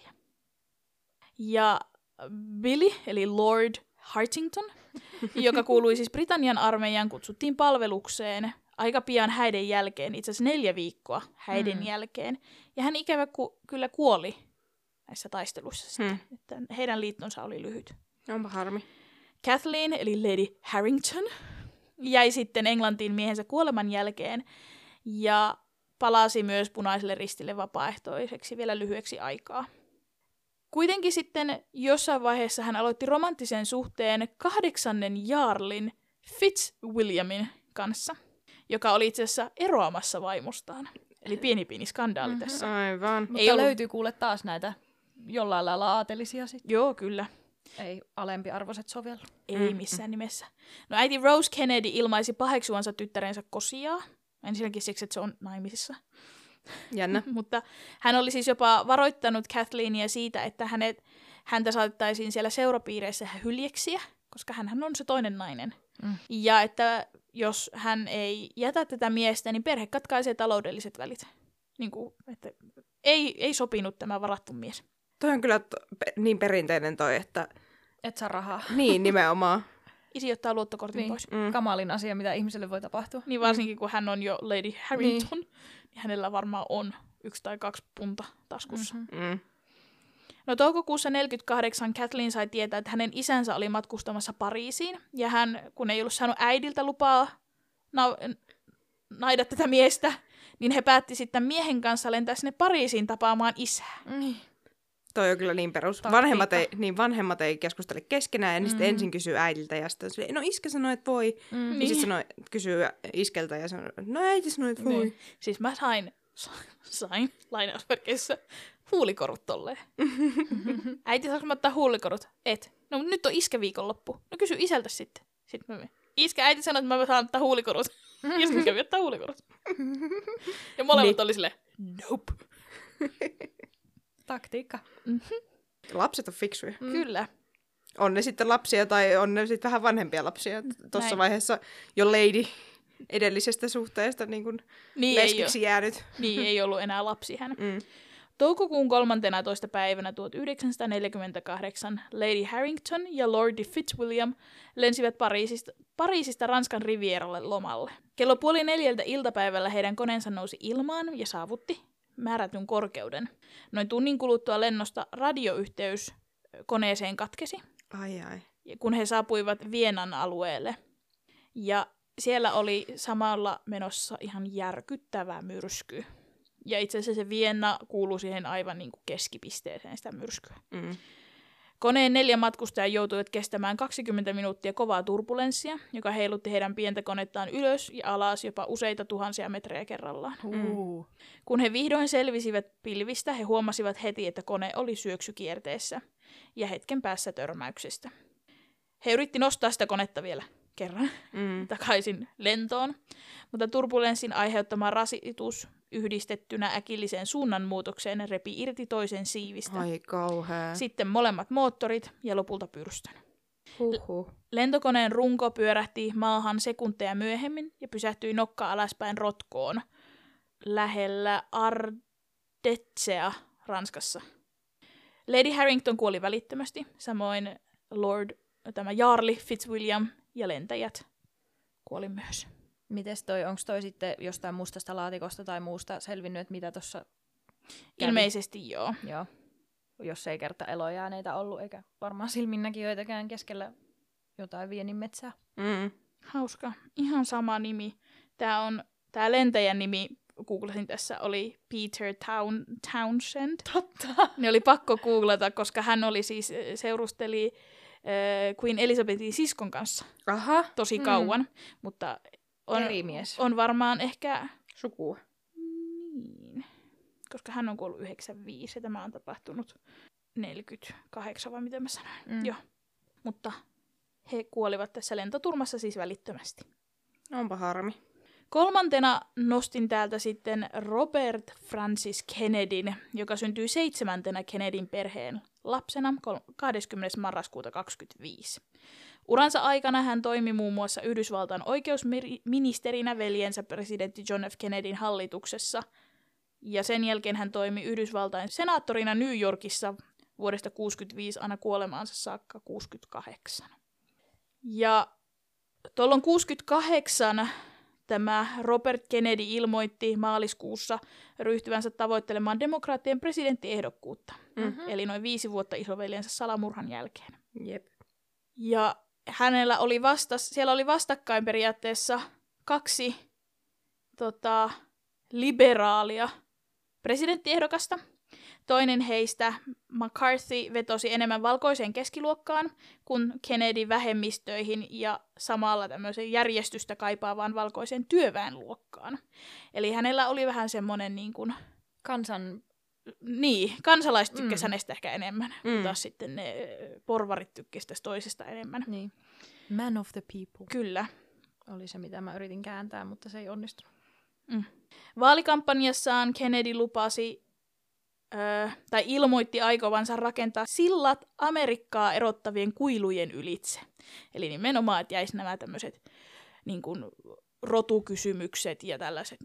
Ja Billy, eli Lord Hartington, joka kuului siis Britannian armeijaan, kutsuttiin palvelukseen aika pian häiden jälkeen, itse asiassa 4 viikkoa häiden jälkeen. Ja hän ikävä kyllä kuoli näissä taisteluissa sitten, että heidän liittonsa oli lyhyt. Onpa harmi. Kathleen, eli Lady Harrington, jäi sitten Englantiin miehensä kuoleman jälkeen ja palasi myös Punaiselle Ristille vapaaehtoiseksi vielä lyhyeksi aikaa. Kuitenkin sitten jossain vaiheessa hän aloitti romanttisen suhteen 8. jaarlin Fitzwilliamin kanssa, joka oli itse asiassa eroamassa vaimostaan. Eli pieni skandaali tässä. Aivan. Mutta löytyy kuule taas näitä jollain lailla aatelisia sitten. Joo, kyllä. Ei alempiarvoiset sovellu. Ei missään nimessä. No äiti Rose Kennedy ilmaisi paheksuvansa tyttärensä Kosiaa. Ensinnäkin siksi, että se on naimisissa. Jännä. Mutta hän oli siis jopa varoittanut Kathleenia siitä, että häntä saatettaisiin siellä seurapiireissä hyljeksiä, koska hänhän on se toinen nainen. Ja että jos hän ei jätä tätä miestä, niin perhe katkaisee taloudelliset välit. Niin kuin, että ei sopinut tämä varattu mies. Toi on kyllä niin perinteinen toi, että... Et saa rahaa. Niin, nimenomaan. Isi ottaa luottokortin pois. Kamalin asia, mitä ihmiselle voi tapahtua. Niin varsinkin, kun hän on jo Lady Harrington, niin hänellä varmaan on 1 tai 2 punta taskussa. No toukokuussa 1948 Kathleen sai tietää, että hänen isänsä oli matkustamassa Pariisiin, ja hän, kun ei ollut saanut äidiltä lupaa naida tätä miestä, niin he päätti sitten miehen kanssa lentää sinne Pariisiin tapaamaan isää. Toi on kyllä niin perus. Vanhemmat ei keskustele keskenään, ja niin sitten ensin kysyy äidiltä, ja sitten silleen, no iskä sanoi, että voi. Ja sitten kysyy iskeltä, ja sanoo, no äiti sanoi, että voi. Niin. Siis mä sain lainausmerkeissä huulikorut tolleen. Äiti, saanko mä ottaa huulikorut? Et. No nyt on iskä viikonloppu. No kysy isältä sitten. Sitten mä iskä, äiti sanoi, että mä saan ottaa huulikorut. Iskä kävi ottaa huulikorut. Ja molemmat oli silleen, nope. Taktiikka. Lapset on fiksuja. Kyllä. On ne sitten lapsia tai on ne sitten vähän vanhempia lapsia. Tuossa vaiheessa jo lady edellisestä suhteesta niin kuin leskiksi jäänyt. Niin, ei ollut enää lapsi hän. Toukokuun 13. päivänä 1948 Lady Harrington ja Lordi Fitzwilliam lensivät Pariisista Ranskan Rivieralle lomalle. Kello 3:30 iltapäivällä heidän koneensa nousi ilmaan ja saavutti määrätyn korkeuden. Noin tunnin kuluttua lennosta radioyhteys koneeseen katkesi, kun he saapuivat Vienan alueelle. Ja siellä oli samalla menossa ihan järkyttävä myrsky. Ja itse asiassa se Vienna kuului siihen aivan niin kuin keskipisteeseen sitä myrskyä. Koneen 4 matkustajaa joutuivat kestämään 20 minuuttia kovaa turbulenssia, joka heilutti heidän pientä konettaan ylös ja alas jopa useita tuhansia metrejä kerrallaan. Kun he vihdoin selvisivät pilvistä, he huomasivat heti, että kone oli syöksykierteessä ja hetken päässä törmäyksestä. He yritti nostaa sitä konetta vielä kerran takaisin lentoon, mutta turbulenssin aiheuttama rasitus yhdistettynä äkilliseen suunnanmuutokseen repi irti toisen siivistä. Ai kauhea. Sitten molemmat moottorit ja lopulta pyrstön. Lentokoneen runko pyörähti maahan sekunteja myöhemmin ja pysähtyi nokka alaspäin rotkoon lähellä Ardetsea Ranskassa. Lady Harrington kuoli välittömästi, samoin Jaarli Fitzwilliam ja lentäjät kuoli myös. Mites onko toi sitten jostain mustasta laatikosta tai muusta selvinnyt, että mitä tuossa kävi? Ilmeisesti joo. Jos ei kerta elojääneitä ollut, eikä varmaan silminnäkijöitäkään keskellä jotain Vienin metsää. Hauska. Ihan sama nimi. Tää lentäjän nimi, googlasin tässä, oli Peter Townshend. Totta. Ne oli pakko googlata, koska hän oli siis, seurusteli Queen Elizabethin siskon kanssa tosi kauan, mutta eri mies. On varmaan ehkä... Sukua. Niin. Koska hän on kuollut 95 ja tämä on tapahtunut 48, vai miten mä sanoin. Joo. Mutta he kuolivat tässä lentoturmassa siis välittömästi. Onpa harmi. 3. nostin täältä sitten Robert Francis Kennedyn, joka syntyi 7. Kennedyn perheen lapsena 20. marraskuuta 1925. Uransa aikana hän toimi muun muassa Yhdysvaltain oikeusministerinä veljensä presidentti John F. Kennedyn hallituksessa. Ja sen jälkeen hän toimi Yhdysvaltain senaattorina New Yorkissa vuodesta 1965 aina kuolemaansa saakka 1968. Ja tuolloin 1968 tämä Robert Kennedy ilmoitti maaliskuussa ryhtyvänsä tavoittelemaan demokraattien presidenttiehdokkuutta. Eli noin 5 vuotta isoveljensä salamurhan jälkeen. Jep. Ja hänellä oli siellä oli vastakkain periaatteessa 2 liberaalia presidenttiehdokasta. Toinen heistä, McCarthy, vetosi enemmän valkoiseen keskiluokkaan kuin Kennedy vähemmistöihin ja samalla tämmöisen järjestystä kaipaavaan valkoiseen työväenluokkaan. Eli hänellä oli vähän semmoinen niin kuin... kansalaiset tykkäsivät hänestä ehkä enemmän, taas sitten ne porvarit tykkäsivät toisesta enemmän. Niin. Man of the people. Kyllä. Oli se, mitä mä yritin kääntää, mutta se ei onnistunut. Vaalikampanjassaan Kennedy lupasi tai ilmoitti aikovansa rakentaa sillat Amerikkaa erottavien kuilujen ylitse. Eli nimenomaan, että jäisi nämä tämmöiset niin kuin rotukysymykset ja tällaiset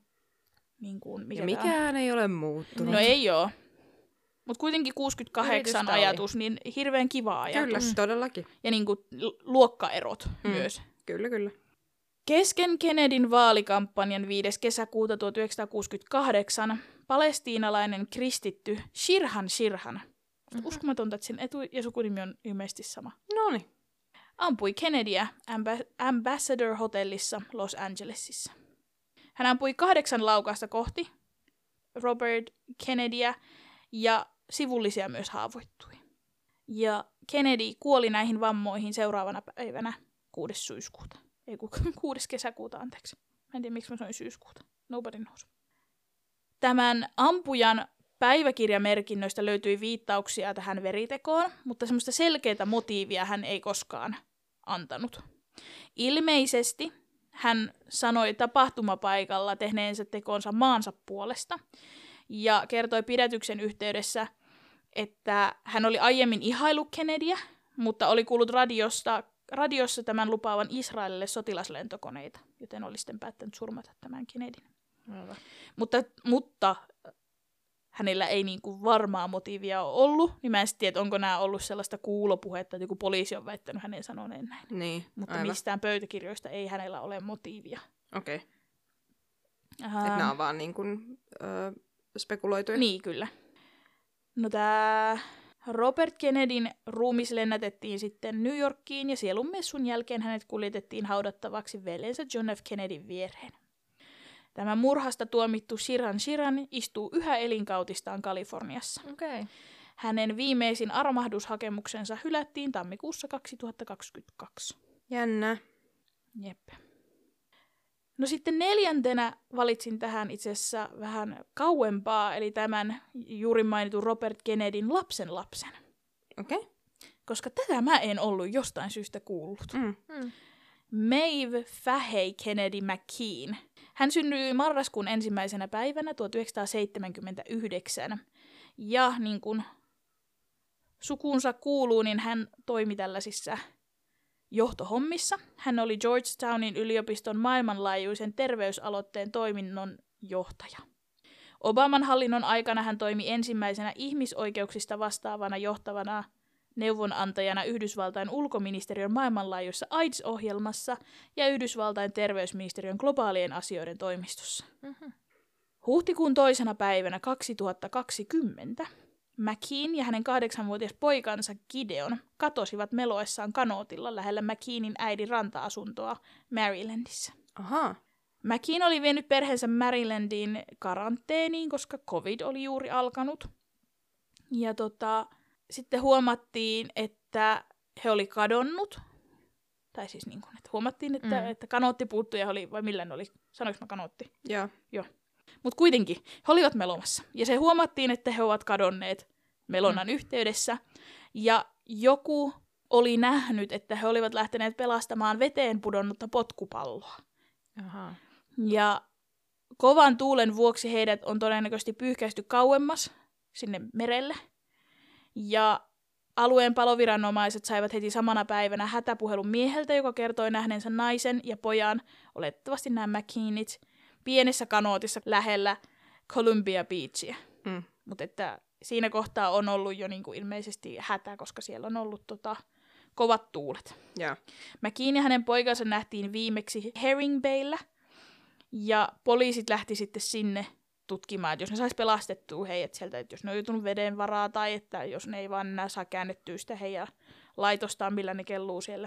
mikään ei ole muuttunut. No ei oo. Mutta kuitenkin 68 ajatus, niin hirveän kiva ajatus. Kyllä, todellakin. Ja niin kuin luokkaerot myös. Kyllä, kyllä. Kesken Kennedyn vaalikampanjan 5. kesäkuuta 1968 palestiinalainen kristitty Sirhan, uskomatonta, että sen etu- ja sukunimi on ilmeisesti sama, Noniin. ampui Kennedyä Ambassador Hotellissa Los Angelesissa. Hän ampui 8 laukausta kohti Robert Kennedyä ja sivullisia myös haavoittui. Ja Kennedy kuoli näihin vammoihin seuraavana päivänä 6. syyskuuta. Ei 6. kesäkuuta, anteeksi. Mä en tiedä, miksi mä sanoin syyskuuta. Nobody knows. Tämän ampujan päiväkirjamerkinnöistä löytyi viittauksia tähän veritekoon, mutta semmoista selkeää motiivia hän ei koskaan antanut. Ilmeisesti hän sanoi tapahtumapaikalla tehneensä tekonsa maansa puolesta ja kertoi pidätyksen yhteydessä, että hän oli aiemmin ihaillut Kennedyä, mutta oli kuullut radiossa tämän lupaavan Israelille sotilaslentokoneita, joten oli sitten päättänyt surmata tämän Kennedyn. Mutta hänellä ei niinku varmaa motiivia ole ollut, niin mä en tiedä, onko nämä ollut sellaista kuulopuhetta, että joku poliisi on väittänyt hänen sanoneen näin. Niin, mutta aivan. mistään pöytäkirjoista ei hänellä ole motiivia. Okei. Että nämä on vaan niin kuin, spekuloituja. Niin, kyllä. No tää Robert Kennedyn ruumis lennätettiin sitten New Yorkiin ja sielunmessun jälkeen hänet kuljetettiin haudattavaksi veljensä John F. Kennedyn viereen. Tämä murhasta tuomittu Sirhan istuu yhä elinkautistaan Kaliforniassa. Okay. Hänen viimeisin armahdushakemuksensa hylättiin tammikuussa 2022. Jännä. Jep. No sitten 4. valitsin tähän itse asiassa vähän kauempaa, eli tämän juuri mainitun Robert Kennedyn lapsen. Okei. Okay. Koska tätä mä en ollut jostain syystä kuullut. Maeve Fahey Kennedy McKean. Hän synnyi marraskuun 1. päivänä 1979. Ja niin kuin sukuunsa kuuluu, niin hän toimi tällaisissa johtohommissa. Hän oli Georgetownin yliopiston maailmanlaajuisen terveysaloitteen toiminnon johtaja. Obaman hallinnon aikana hän toimi ensimmäisenä ihmisoikeuksista vastaavana johtavana neuvonantajana Yhdysvaltain ulkoministeriön maailmanlaajuisessa AIDS-ohjelmassa ja Yhdysvaltain terveysministeriön globaalien asioiden toimistossa. Huhtikuun 2. päivänä 2020 McKean ja hänen 8-vuotias poikansa Gideon katosivat meloessaan kanootilla lähellä McKeanin äidin ranta-asuntoa Marylandissa. Aha. McKean oli vienyt perheensä Marylandiin karanteeniin, koska COVID oli juuri alkanut. Ja sitten huomattiin, että he oli kadonnut. Tai siis niin kuin, että huomattiin, että kanootti puuttui ja vai millä ne oli? Sanoinko mä kanootti? Joo. Mutta kuitenkin, he olivat melomassa. Ja se huomattiin, että he ovat kadonneet melonnan yhteydessä. Ja joku oli nähnyt, että he olivat lähteneet pelastamaan veteen pudonnutta potkupalloa. Aha. Ja kovan tuulen vuoksi heidät on todennäköisesti pyyhkäisty kauemmas sinne merelle. Ja alueen paloviranomaiset saivat heti samana päivänä hätäpuhelun mieheltä, joka kertoi nähneensä naisen ja pojan, oletettavasti nämä McKeanit, pienessä kanootissa lähellä Columbia Beachia. Mutta että siinä kohtaa on ollut jo niinku ilmeisesti hätä, koska siellä on ollut kovat tuulet. Yeah. McKean ja hänen poikansa nähtiin viimeksi Herring Bayllä, ja poliisit lähti sitten sinne tutkimaan, että jos ne sais pelastettua heidät sieltä, että jos ne on joutunut veden varaa tai että jos ne ei vaan enää saa käännettyä sitä heidän laitostaan, millä ne kelluu siellä.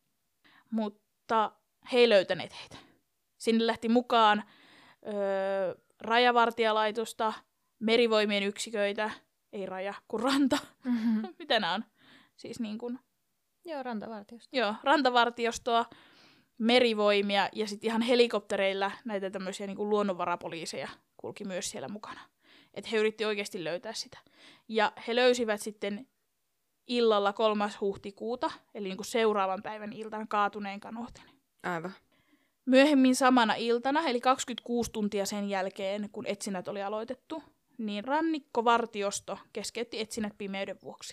Mutta he ei löytäneet heitä. Sinne lähti mukaan rajavartijalaitosta, merivoimien yksiköitä, ei raja, kun ranta. Mitä nämä on? Siis niin kuin... Joo, rantavartiosto. Joo, rantavartiostoa, merivoimia ja sitten ihan helikoptereilla näitä tämmöisiä niin kuin luonnonvarapoliiseja kulki myös siellä mukana. Että he yritti oikeasti löytää sitä. Ja he löysivät sitten illalla 3. huhtikuuta, eli niin kuin seuraavan päivän iltana kaatuneen kanootin. Aivan. Myöhemmin samana iltana, eli 26 tuntia sen jälkeen, kun etsinnät oli aloitettu, niin rannikkovartiosto keskeytti etsinnät pimeyden vuoksi.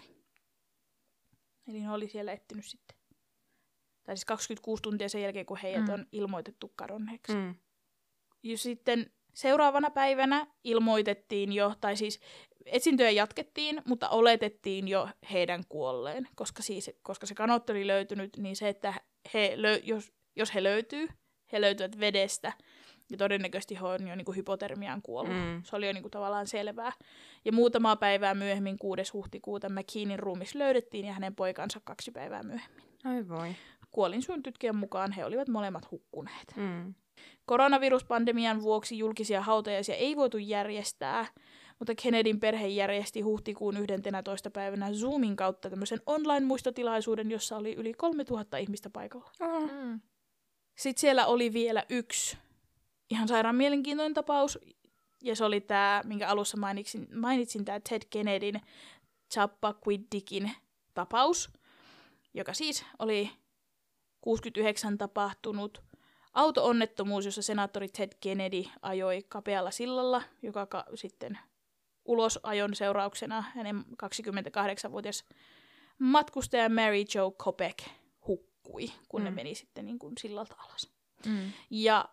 Eli ne oli siellä etsinyt sitten. Tai siis 26 tuntia sen jälkeen, kun heidät on ilmoitettu kadonneeksi. Ja sitten seuraavana päivänä ilmoitettiin jo, tai siis etsintöjä jatkettiin, mutta oletettiin jo heidän kuolleen. Koska se kanootti oli löytynyt, niin se, että jos he löytyvät vedestä, ja todennäköisesti he on jo niin kuin hypotermiaan kuollut. Se oli jo niin kuin tavallaan selvää. Ja muutamaa päivää myöhemmin, 6. huhtikuuta, McKeanin ruumis löydettiin ja hänen poikansa 2 päivää myöhemmin. Ai voi. Kuolinsyyn tutkijan mukaan he olivat molemmat hukkuneet. Koronaviruspandemian vuoksi julkisia hautajaisia ei voitu järjestää, mutta Kennedyn perhe järjesti huhtikuun 11. päivänä Zoomin kautta tämmöisen online-muistotilaisuuden, jossa oli yli 3000 ihmistä paikalla. Sitten siellä oli vielä yksi ihan sairaan mielenkiintoinen tapaus, ja se oli tämä, minkä alussa mainitsin tämä Ted Kennedyn Chappaquiddikin tapaus, joka siis oli 69 tapahtunut auto-onnettomuus, jossa senaattori Ted Kennedy ajoi kapealla sillalla, joka sitten ulosajon seurauksena hänen 28-vuotias matkustaja Mary Jo Kopech hukkui, kun ne meni sitten niin kuin sillalta alas. Ja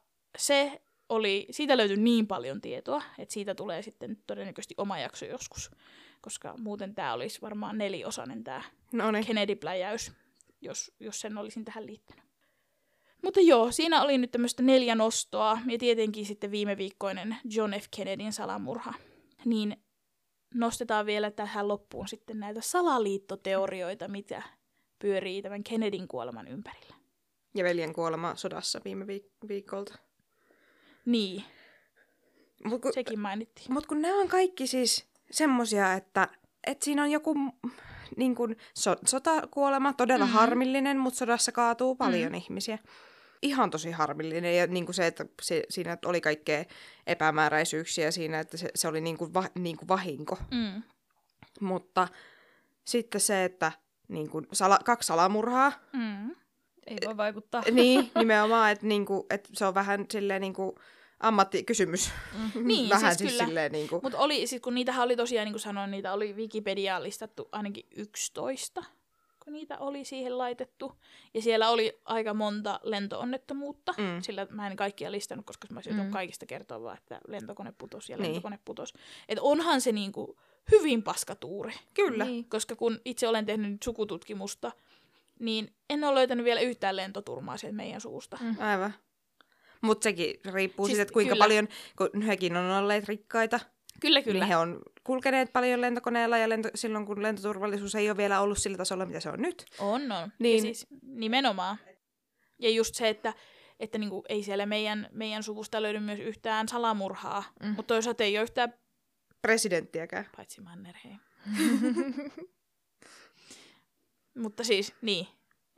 siitä löytyi niin paljon tietoa, että siitä tulee sitten todennäköisesti oma jakso joskus, koska muuten tämä olisi varmaan 4-osainen tämä Kennedy-pläjäys, jos sen olisin tähän liittänyt. Mutta joo, siinä oli nyt tämmöistä 4 nostoa, ja tietenkin sitten viime viikkoinen John F. Kennedyn salamurha. Niin nostetaan vielä tähän loppuun sitten näitä salaliittoteorioita, mitä pyörii tämän Kennedyn kuoleman ympärillä. Ja veljen kuolema sodassa viime viikolta. Niin, sekin mainittiin. Mutta kun nämä on kaikki siis semmosia, että siinä on joku niin kun, sotakuolema, todella harmillinen, mutta sodassa kaatuu paljon ihmisiä. Ihan tosi harmillinen. Ja niin kuin se, että siinä oli kaikkea epämääräisyyksiä siinä, että se oli niin kuin vahinko. Mutta sitten se, että niin kuin 2 salamurhaa. Ei voi vaikuttaa. Niin, nimenomaan, että se on vähän silleen niinku ammattikysymys. Niin, vähän siis siis kyllä. niinku. Mutta kun niitähän oli tosiaan, niin kuin sanoin, niitä oli Wikipediaan listattu ainakin 11, kun niitä oli siihen laitettu. Ja siellä oli aika monta lento-onnettomuutta, sillä mä en kaikkia listannut, koska mä olisin kaikista kertoa vaan, että lentokone putosi ja lentokone putosi. Että onhan se niinku hyvin paskatuuri. Kyllä. Niin. Koska kun itse olen tehnyt sukututkimusta, niin en ole löytänyt vielä yhtään lentoturmaa sieltä meidän suusta. Aivan. Mutta sekin riippuu siis, siitä, että kuinka paljon, kun hekin on olleet rikkaita. Kyllä. Niin he on kulkeneet paljon lentokoneella ja silloin, kun lentoturvallisuus ei ole vielä ollut sillä tasolla, mitä se on nyt. On. Niin. Ja siis nimenomaan. Ja just se, että niinku, ei siellä meidän suvusta löydy myös yhtään salamurhaa. Mutta toisaalta ei ole yhtään presidenttiäkään. Paitsi Mannerheim. Mutta siis, niin.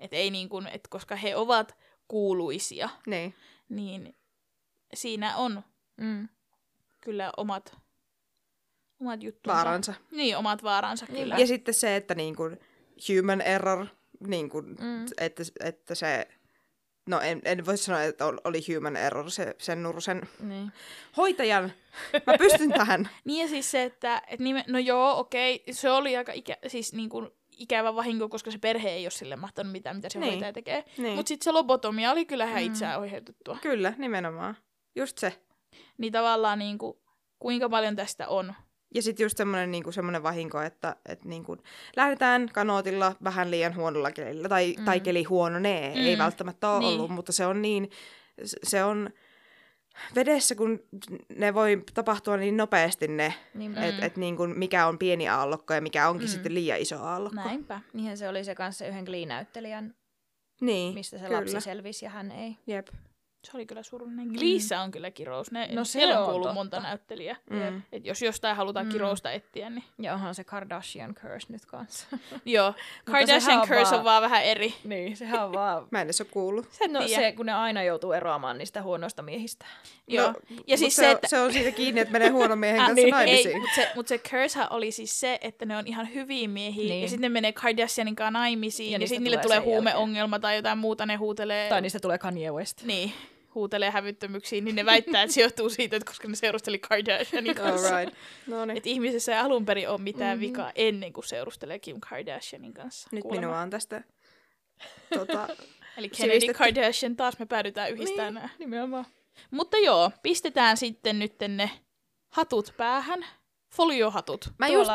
Et ei niin kuin, et koska he ovat kuuluisia, Niin. siinä on kyllä omat juttunsa. Vaaransa. Niin, omat vaaransa kyllä. Ja sitten se, että niin kuin human error, niin kuin, että se... No en voi sanoa, että oli human error sen Nursen hoitajan. Mä pystyn tähän. Niin ja siis se, että no joo, okei, se oli aika siis niin kuin ikävä vahinko, koska se perhe ei ole sille mahtanut mitään, mitä se hoitaja tekee. Niin. Mutta sitten se lobotomia oli kyllä ihan itseään oiheutettua. Kyllä, nimenomaan. Just se. Niin tavallaan niin kuin, kuinka paljon tästä on. Ja sitten just semmoinen niinku, vahinko, että niinku, lähdetään kanootilla vähän liian huonolla kelillä, tai keli huononee, ei välttämättä ole ollut, mutta se on vedessä, kun ne voi tapahtua niin nopeasti ne, että niinku, mikä on pieni aallokko ja mikä onkin sitten liian iso aallokko. Näinpä. Niinhän se oli se kanssa yhden Glee-näyttelijän, mistä se lapsi selvisi ja hän ei. Jep. Se oli kyllä surullinen. Gleessä on kyllä kirous. Siellä on kuullut monta näyttelijää. Et jos jostain halutaan kirousta etsiä, niin... Ja onhan se Kardashian curse nyt kanssa. Joo, Kardashian curse on vaan vähän eri. Niin, sehän on vaan... Mä en edes ole kuullut. Se, kun ne aina joutuu eroamaan niistä huonoista miehistä. Joo. No, ja siis se on siitä kiinni, että menee huonon miehen kanssa naimisiin. Mutta se cursehän oli siis se, että ne on ihan hyviä miehiä, ja sitten ne menee Kardashianin kanssa naimisiin, ja sitten niille tulee huumeongelma tai jotain muuta, ne huutelee... Tai niistä tulee Kanye West. Niin. Huutelee hävyttömyyksiin, niin ne väittää, että se johtuu siitä, että koska ne seurusteli Kardashianin kanssa. Right. Noniin. Että ihmisessä ei alun perin ole mitään vikaa ennen kuin seurustelee Kim Kardashianin kanssa. Nyt minua on tästä Eli Kennedy Kardashian, taas me päädytään yhdistämään nämä. Nimenomaan. Mutta joo, pistetään sitten nyt ne hatut päähän. Foliohatut.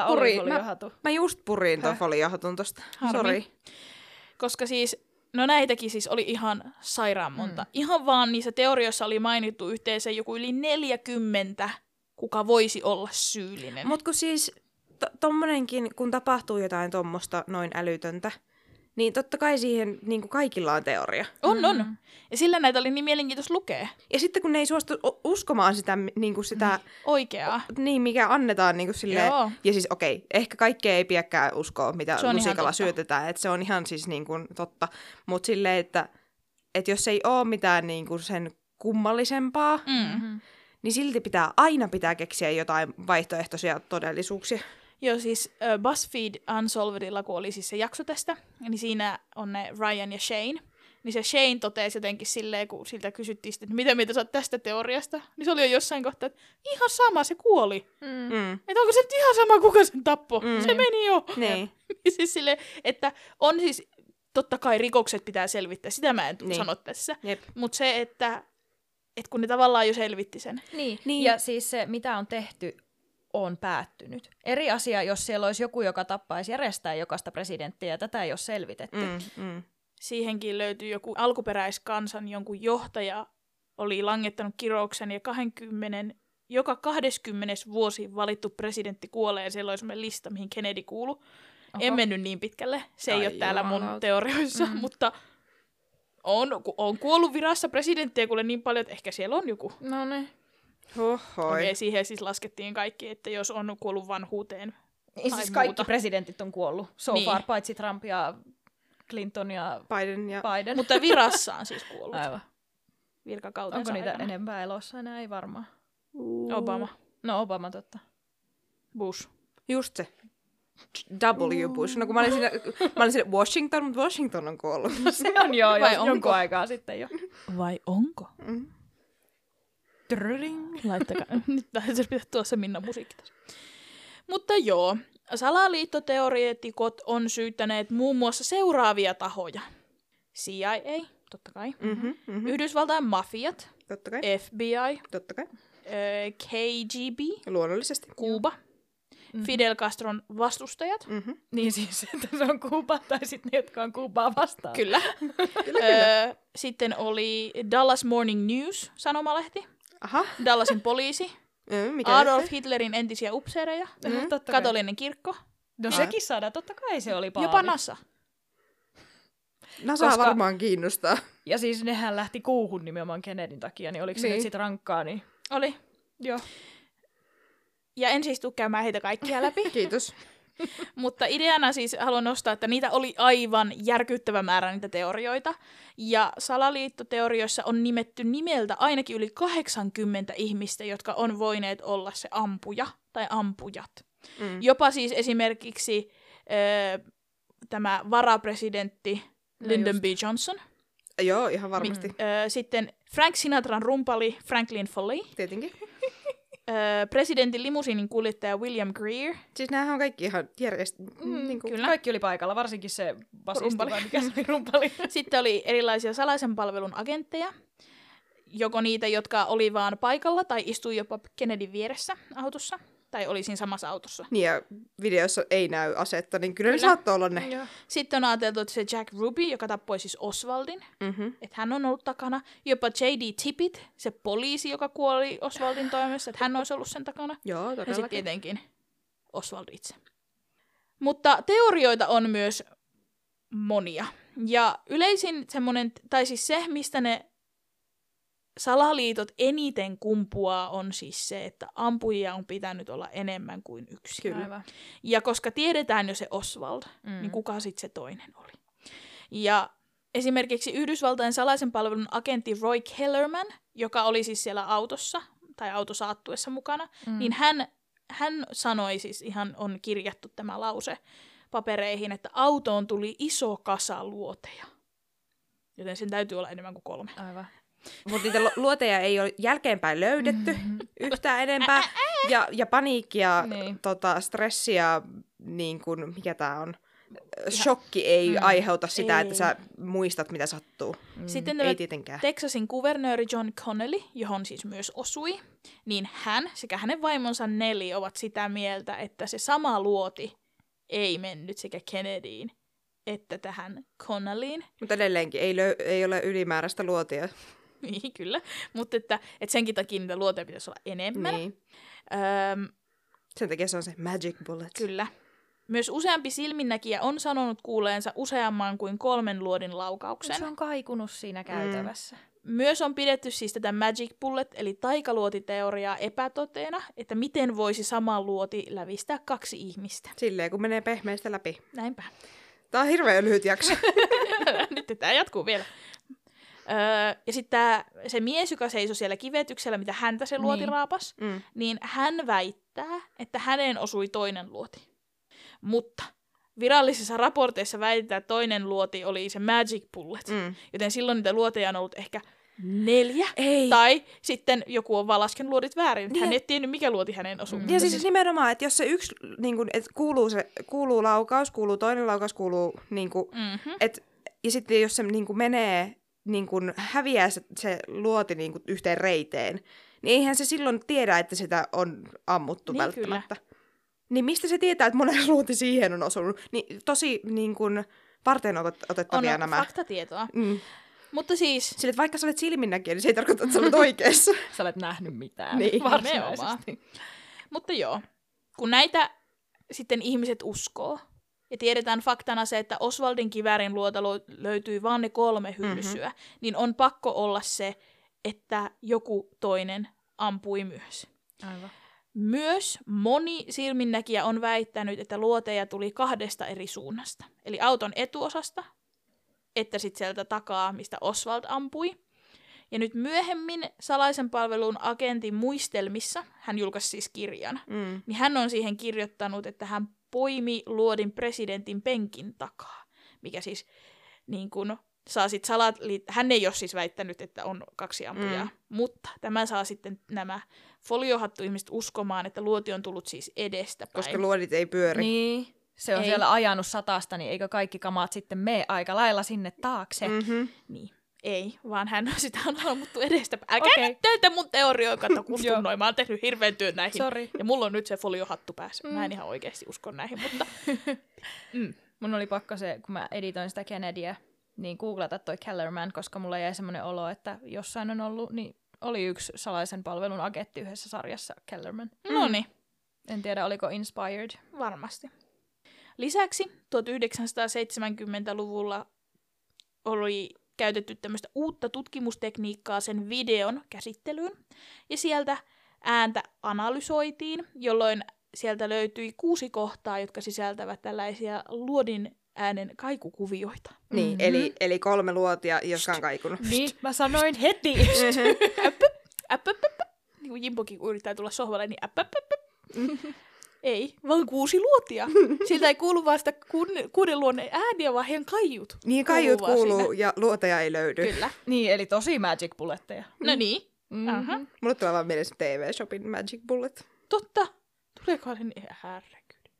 Mä just purin ton foliohatun tosta. Sori. Koska siis... No näitäkin siis oli ihan sairaan monta. Ihan vaan niissä teorioissa oli mainittu yhteensä joku yli 40, kuka voisi olla syyllinen. Mut kun siis tommonenkin, kun tapahtuu jotain tommosta noin älytöntä, niin totta kai siihen niin kuin kaikilla on teoria. On. Ja sillä näitä oli niin mielenkiintoista lukea. Ja sitten kun ne ei suostu uskomaan sitä, niin kuin sitä oikeaa. Niin, mikä annetaan niin kuin silleen. Ja siis okei, ehkä kaikkea ei pidäkään uskoa, mitä lusikalla syötetään. Että se on ihan siis niin kuin totta. Mutta silleen, että jos ei ole mitään niin kuin sen kummallisempaa, niin silti aina pitää keksiä jotain vaihtoehtoisia todellisuuksia. Joo, siis BuzzFeed Unsolvedilla, kun oli siis se jakso tästä, niin siinä on ne Ryan ja Shane. Niin se Shane totesi jotenkin silleen, kun siltä kysyttiin sitten, että mitä mieltä sä oot tästä teoriasta, niin se oli jo jossain kohtaa, että ihan sama, se kuoli. Että onko se nyt ihan sama, kuka sen tappoi? Se meni jo. Niin. Siis silleen, että on siis, totta kai rikokset pitää selvittää, sitä mä en sano tässä. Mutta se, että kun ne tavallaan jo selvitti sen. Niin. Ja siis se, mitä on tehty, on päättynyt. Eri asia, jos siellä olisi joku, joka tappaisi järjestää jokaista presidenttiä, ja tätä ei ole selvitetty. Siihenkin löytyy joku alkuperäiskansan, jonkun johtaja oli langettanut kirouksen, ja joka 20. vuosi valittu presidentti kuolee, ja siellä oli sellainen lista, mihin Kennedy kuului. En mennyt niin pitkälle, se ei ole täällä mun teorioissa, mutta on kuollut virassa presidenttiä kuule niin paljon, että ehkä siellä on joku. No niin. Okei, siihen siis laskettiin kaikki, että jos on kuollut vanhuuteen tai siis kaikki presidentit on kuollut so far, paitsi Trump ja Clinton ja Biden. Mutta virassaan siis kuollut. Aivan. Virkakautensa Onko niitä aikana. enempää elossa enää? Ei varmaan. Obama. No Obama totta. Bush. Just se. W. Bush. No kun mä olin siinä Washington, mutta Washington on kuollut. Se on jo jonkun aikaa sitten jo. Vai onko? Laittakaa. Nyt täytyisi pitää tuossa Minna musiikki tässä. Mutta joo, salaliittoteoreetikot on syyttäneet muun muassa seuraavia tahoja. CIA, totta kai. Yhdysvaltain mafiat. Totta kai. FBI. Totta kai. KGB. Luonnollisesti. Kuuba. Fidel Castron vastustajat. Niin siis, että se on Kuuba tai sitten ne, jotka on Kuubaa vastaan. Kyllä. Sitten oli Dallas Morning News sanomalehti. Aha. Dallasin poliisi. Adolf Hitlerin entisiä upseereja. Katolinen kirkko. No sekin saadaan, totta kai se oli paavi. Jopa NASA. NASA varmaan kiinnostaa. Ja siis nehän lähti kuuhun nimenomaan Kennedyn takia, niin oliko se nyt sitten rankkaa? Niin... Oli. Joo. Ja en siis tule käymään heitä kaikkia läpi. Kiitos. Mutta ideana siis haluan nostaa, että niitä oli aivan järkyttävä määrä niitä teorioita. Ja salaliittoteorioissa on nimetty nimeltä ainakin yli 80 ihmistä, jotka on voineet olla se ampuja tai ampujat. Jopa siis esimerkiksi tämä varapresidentti Lyndon B. Johnson. Joo, ihan varmasti. Sitten Frank Sinatran rumpali Franklin Foley. Tietenkin. Presidentin limusiinin kuljettaja William Greer. Siis näähän on kaikki ihan Kyllä. Kaikki oli paikalla, varsinkin se basisti, vai mikä se oli rumpali. Sitten oli erilaisia salaisen palvelun agentteja. Joko niitä, jotka oli vaan paikalla tai istui jopa Kennedyn vieressä autossa. Tai oli siinä samassa autossa. Niin ja videossa ei näy asetta, niin kyllä ne saattoi olla ne. Joo. Sitten on ajateltu, että se Jack Ruby, joka tappoi siis Oswaldin, että hän on ollut takana. Jopa J.D. Tippit, se poliisi, joka kuoli Oswaldin toimessa, että hän olisi ollut sen takana. Joo, ja todellakin. sitten tietenkin Oswald itse. Mutta teorioita on myös monia. Ja yleisin semmoinen, tai siis se, mistä ne salaliitot eniten kumpuaa, on siis se, että ampujia on pitänyt olla enemmän kuin yksi. Kyllä. Ja koska tiedetään jo se Oswald, niin kuka sitten se toinen oli. Ja esimerkiksi Yhdysvaltain salaisen palvelun agentti Roy Kellerman, joka oli siis siellä autossa, tai autosaattuessa mukana, niin hän sanoi siis, ihan on kirjattu tämä lause papereihin, että autoon tuli iso kasa luoteja. Joten sen täytyy olla enemmän kuin 3. Aivan. Mutta niitä luoteja ei ole jälkeenpäin löydetty yhtään enempää. Ja paniikkia, Niin. stressiä, niin kun, mikä tää on, shokki ei aiheuta sitä, että sä muistat, mitä sattuu. Sitten Ei tietenkään. Texasin kuvernööri John Connolly, johon siis myös osui, niin hän sekä hänen vaimonsa Nelly ovat sitä mieltä, että se sama luoti ei mennyt sekä Kennedyin että tähän Connollyin. Mutta edelleenkin ei ole ylimääräistä luotia. Niin, kyllä. Mutta että senkin takia niitä luoteja pitäisi olla enemmän. Niin. Sen takia se on se magic bullet. Kyllä. Myös useampi silminnäkijä on sanonut kuuleensa useamman kuin 3 luodin laukauksen. Se on kaikunut siinä käytävässä. Myös on pidetty siis tätä magic bullet, eli taikaluotiteoriaa epätoteena, että miten voisi sama luoti lävistää 2 ihmistä. Silleen, kun menee pehmeistä läpi. Näinpä. Tää on hirveän lyhyt jakso. Nyt tämä jatkuu vielä. Ja sitten se mies, joka seisoi siellä kivetyksellä, mitä häntä se luoti raapas, niin hän väittää, että hänen osui toinen luoti. Mutta virallisissa raporteissa väitetään, että toinen luoti oli se magic bullet. Joten silloin niitä luoteja on ollut ehkä 4. Ei. Tai sitten joku on vaan laskenut luodit väärin. Hän ei tiennyt, mikä luoti hänen osui. Ja siis nimenomaan, että jos se yksi, niin kun, et kuuluu laukaus, kuuluu toinen laukaus, kuuluu, niin kun, ja sitten jos se niin kun menee, niin kun häviää se luoti niin kun yhteen reiteen, niin eihän se silloin tiedä, että sitä on ammuttu niin, välttämättä. Kyllä. Niin mistä se tietää, että monen luoti siihen on osunut? Niin tosi niin kun, varten otettavia on nämä. Faktatietoa. Mutta siis... Sille, että vaikka sä olet silminnäkijä, niin se ei tarkoita, että sä olet oikeassa. Sä olet nähnyt mitään. Niin. Varsinaisesti. Mutta joo, kun näitä sitten ihmiset uskoo, ja tiedetään faktana se, että Oswaldin kiväärin luota löytyi vaan ne 3 hylsyä, niin on pakko olla se, että joku toinen ampui myös. Aivan. Myös moni silminnäkijä on väittänyt, että luoteja tuli 2 eri suunnasta. Eli auton etuosasta, että sitten sieltä takaa, mistä Oswald ampui. Ja nyt myöhemmin salaisen palvelun agentin muistelmissa, hän julkaisi siis kirjan, niin hän on siihen kirjoittanut, että hän poimi luodin presidentin penkin takaa. Mikä siis niin kun saa sit hän ei ole siis väittänyt, että on 2 ampujaa, mutta tämä saa sitten nämä foliohattu-ihmiset uskomaan, että luoti on tullut siis edestäpäin. Koska luodit ei pyöri. Niin. Se on siellä ajanut 100, niin eikö kaikki kamaat sitten mene aika lailla sinne taakse? Niin. Ei, vaan hän on sitä ammuttu edestäpäin. Älkää nyt teitä mun teorioita, kato kustunnoin. Mä oon tehnyt hirveän työn näihin. Sorry. Ja mulla on nyt se foliohattu päässä. Mä en ihan oikeasti usko näihin, mutta... Mun oli pakko se, kun mä editoin sitä Kennedyä, niin googlata toi Kellerman, koska mulla jäi semmoinen olo, että jossain on ollut, niin oli yksi salaisen palvelun agentti yhdessä sarjassa Kellerman. Noniin. En tiedä, oliko inspired. Varmasti. Lisäksi 1970-luvulla oli käytetty tämmöistä uutta tutkimustekniikkaa sen videon käsittelyyn, ja sieltä ääntä analysoitiin, jolloin sieltä löytyi 6 kohtaa, jotka sisältävät tällaisia luodin äänen kaikukuvioita. Niin, eli 3 luotia, jotka on kaikunut. Niin, mä sanoin heti. Niin kuin Jimpokin yrittää tulla sohvalle, niin Ei, vaan 6 luotia. Siltä ei kuulu vaan sitä 6 luoneen ääniä, vaan heidän kaiut. Niin, kaiut kuuluu ja luoteja ei löydy. Kyllä. Niin, eli tosi magic bulletteja. No niin. Aha. Mulle tulee vaan mieleen TV-shopin Magic Bullet. Totta. Tuleekohan sen herregud.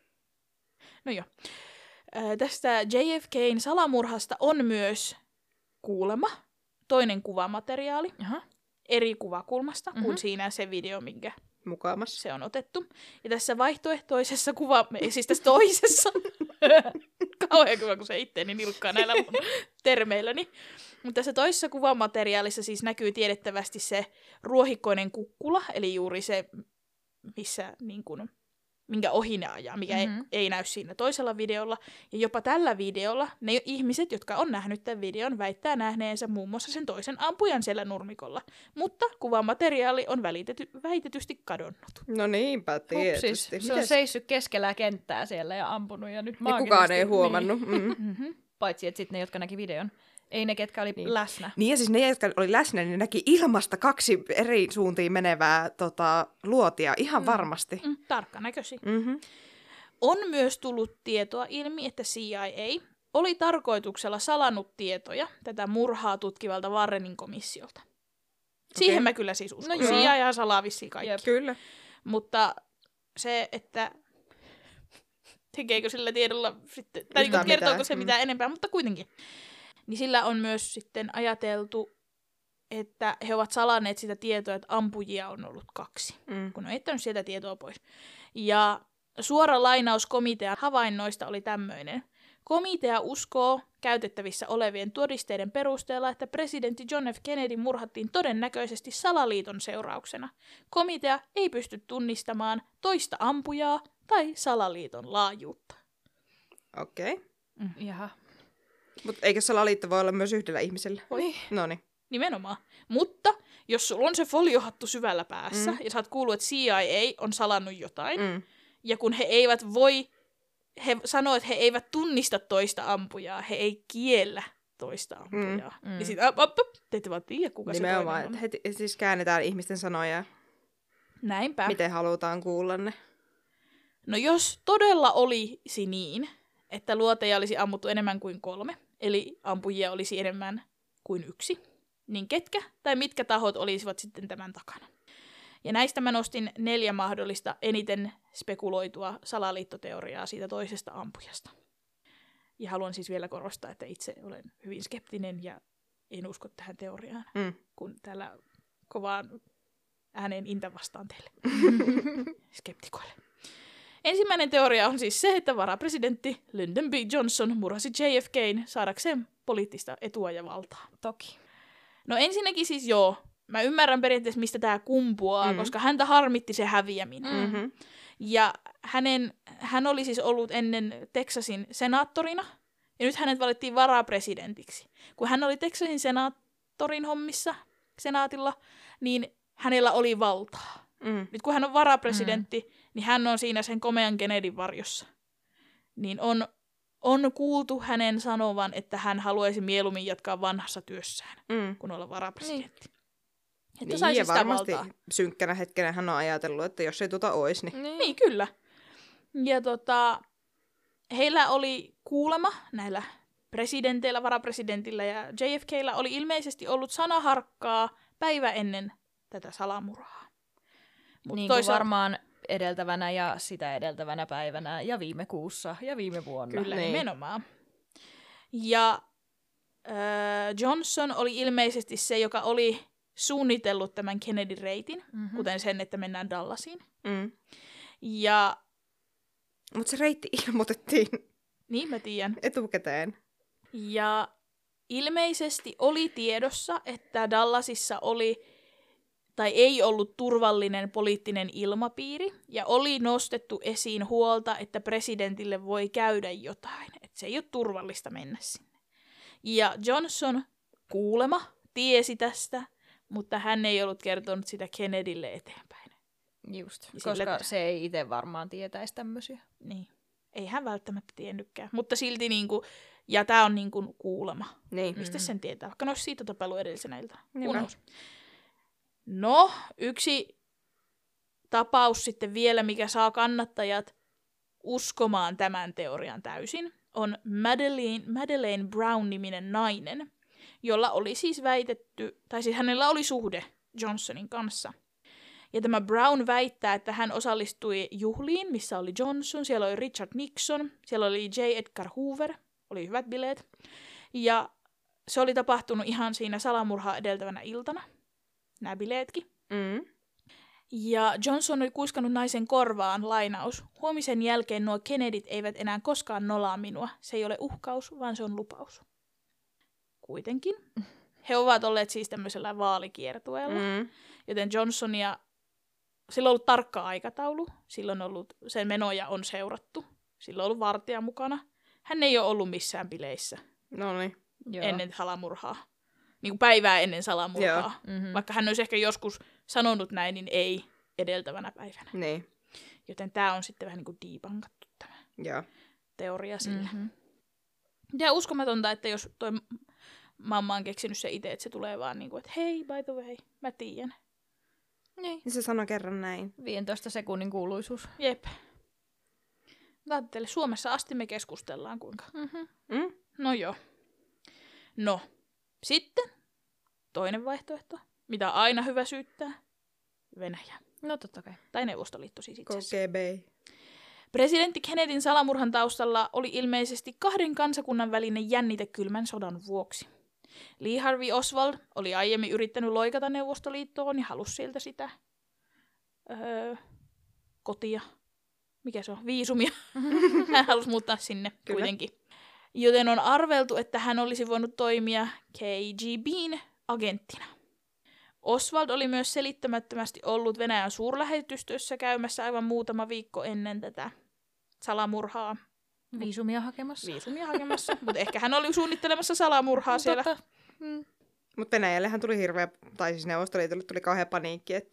No joo. Tästä JFK:n salamurhasta on myös kuulema toinen kuvamateriaali. Aha. Eri kuvakulmasta kuin siinä se video, minkä Mukaamassa. se on otettu. Ja tässä vaihtoehtoisessa siis tässä toisessa, kauhean hyvä, kun se itteeni nilkkaa näillä mun termeilläni. Mutta tässä toisessa kuvamateriaalissa siis näkyy tiedettävästi se ruohikkoinen kukkula, eli juuri se, missä, niin kun, minkä ohi ne ajaa, mikä ei näy siinä toisella videolla. Ja jopa tällä videolla ne ihmiset, jotka on nähnyt tämän videon, väittää nähneensä muun muassa sen toisen ampujan siellä nurmikolla. Mutta kuvamateriaali on väitetysti kadonnut. No niinpä tietysti. Hupsis. Se on seissyt keskellä kenttää siellä ja ampunut ja nyt ja maagisesti... kukaan ei huomannut. Niin. Paitsi, että sitten ne, jotka näki videon. Ei ne, ketkä oli läsnä. Niin ja siis ne, jotka oli läsnä, niin näki ilmasta 2 eri suuntiin menevää luotia ihan varmasti. Tarkkanäköisiä. Mm-hmm. On myös tullut tietoa ilmi, että CIA oli tarkoituksella salannut tietoja tätä murhaa tutkivalta Warrenin komissiolta. Siihen mä kyllä siis uskon. No CIA salaa vissiin kaikki. Jep. Kyllä. Mutta se, että tekeekö sillä tiedolla sitten, tai Yhtään kertooko mitään. se mitään enempää, mutta kuitenkin. Niin sillä on myös sitten ajateltu, että he ovat salanneet sitä tietoa, että ampujia on ollut 2, kun on ettänyt sieltä tietoa pois. Ja suora lainaus komitean havainnoista oli tämmöinen. Komitea uskoo käytettävissä olevien todisteiden perusteella, että presidentti John F. Kennedy murhattiin todennäköisesti salaliiton seurauksena. Komitea ei pysty tunnistamaan toista ampujaa tai salaliiton laajuutta. Okei. Okay. Jaha. Mutta eikö salaliitto voi olla myös yhdellä ihmisellä? Voi. Noniin. Nimenomaan. Mutta jos sulla on se foliohattu syvällä päässä ja sä oot kuullut, että CIA on salannut jotain, ja kun he sanoo, että he eivät tunnista toista ampujaa, he ei kiellä toista ampujaa. Niin sit, te ette vaan tiedä, kuka Nimenomaan, se toinen on. että heti siis käännetään ihmisten sanoja, Näinpä. miten halutaan kuulla ne. No jos todella olisi niin, että luoteja olisi ammuttu enemmän kuin 3, eli ampujia olisi enemmän kuin 1, niin ketkä tai mitkä tahot olisivat sitten tämän takana? Ja näistä mä nostin 4 mahdollista eniten spekuloitua salaliittoteoriaa siitä toisesta ampujasta. Ja haluan siis vielä korostaa, että itse olen hyvin skeptinen ja en usko tähän teoriaan, kun täällä kovaan ääneen intä vastaan teille skeptikoille. Ensimmäinen teoria on siis se, että varapresidentti Lyndon B. Johnson murhasi JFK:n saadakseen poliittista etua ja valtaa. Toki. No ensinnäkin siis joo, mä ymmärrän periaatteessa, mistä tämä kumpuaa, koska häntä harmitti se häviäminen. Ja hän oli siis ollut ennen Texasin senaattorina, ja nyt hänet valittiin varapresidentiksi. Kun hän oli Texasin senaattorin hommissa, senaatilla, niin hänellä oli valtaa. Nyt kun hän on varapresidentti, niin hän on siinä sen komean Kennedyn varjossa. Niin on kuultu hänen sanovan, että hän haluaisi mieluummin jatkaa vanhassa työssään, kun olla varapresidentti. Että Niin, saisi ja sitä varmasti valtaa. synkkänä hetkenä hän on ajatellut, että jos ei olisi, niin... Niin, kyllä. Ja heillä oli kuulema näillä presidenteillä, varapresidentillä ja JFK:llä oli ilmeisesti ollut sanaharkkaa päivä ennen tätä salamurhaa. Niin kuin varmaan edeltävänä ja sitä edeltävänä päivänä ja viime kuussa ja viime vuonna. Kyllä, nimenomaan. Ja Johnson oli ilmeisesti se, joka oli suunnitellut tämän Kennedy-reitin, kuten sen, että mennään Dallasiin. Ja... Mutta se reitti ilmoitettiin Niin, mä tiedän. etukäteen. Ja ilmeisesti oli tiedossa, että Dallasissa oli tai ei ollut turvallinen poliittinen ilmapiiri, ja oli nostettu esiin huolta, että presidentille voi käydä jotain, että se ei ole turvallista mennä sinne. Ja Johnson kuulema tiesi tästä, mutta hän ei ollut kertonut sitä Kennedylle eteenpäin. Just, Sille, koska että- se ei itse varmaan tietäisi tämmöisiä. Niin. Ei hän välttämättä tiennytkään. Mutta silti niinku, ja tää on niinku kuulema. Niin. Mistä sen tietää? Vaikka ne olisi siitä tapellut edellisenä iltana. Niinpä. Who knows? No, yksi tapaus sitten vielä, mikä saa kannattajat uskomaan tämän teorian täysin, on Madeleine Brown-niminen nainen, jolla oli siis väitetty, tai siis hänellä oli suhde Johnsonin kanssa. Ja tämä Brown väittää, että hän osallistui juhliin, missä oli Johnson, siellä oli Richard Nixon, siellä oli J. Edgar Hoover, oli hyvät bileet. Ja se oli tapahtunut ihan siinä salamurhaa edeltävänä iltana, nämä bileetkin. Mm. Ja Johnson oli kuiskannut naisen korvaan, lainaus, huomisen jälkeen nuo Kennedyt eivät enää koskaan nolaa minua. Se ei ole uhkaus, vaan se on lupaus. Kuitenkin. He ovat olleet siis tämmöisellä vaalikiertueella, joten Johnsonia, sillä on ollut tarkka aikataulu, silloin on ollut, sen menoja on seurattu, sillä on ollut vartija mukana. Hän ei ole ollut missään bileissä No niin. ennen salamurhaa. Niin kuin päivää ennen salamurhaa. Joo. Mm-hmm. Vaikka hän olisi ehkä joskus sanonut näin, niin ei edeltävänä päivänä. Niin. Joten tämä on sitten vähän niin kuin debunkattu tämä Joo. teoria sillä. Mm-hmm. Ja uskomatonta, että jos toi mamma on keksinyt se itse, että se tulee vaan niin kuin, että hei, by the way, mä tiedän. Niin. Ja se sanoi kerran näin. 15 sekunnin kuuluisuus. Jep. Mä ajattelin, Suomessa asti me keskustellaan kuinka. Mm-hmm. Mm? No joo. No, sitten toinen vaihtoehto, mitä aina hyvä syyttää, Venäjä. No totta kai. Tai Neuvostoliitto siis itse asiassa. KGB. Presidentti Kennedyn salamurhan taustalla oli ilmeisesti kahden kansakunnan välinen jännite kylmän sodan vuoksi. Lee Harvey Oswald oli aiemmin yrittänyt loikata Neuvostoliittoon ja halusi sieltä sitä kotia. Mikä se on? Viisumia. Hän halusi muuttaa sinne Kyllä. kuitenkin. Joten on arveltu, että hän olisi voinut toimia KGB:n agenttina. Oswald oli myös selittämättömästi ollut Venäjän suurlähetystössä käymässä aivan muutama viikko ennen tätä salamurhaa. Viisumia hakemassa. Viisumia hakemassa, mutta ehkä hän oli suunnittelemassa salamurhaa siellä. Totta. Mm. Mutta Venäjällehän tuli hirveä, tai siis Neuvostoliitolle tuli kauhea paniikki, että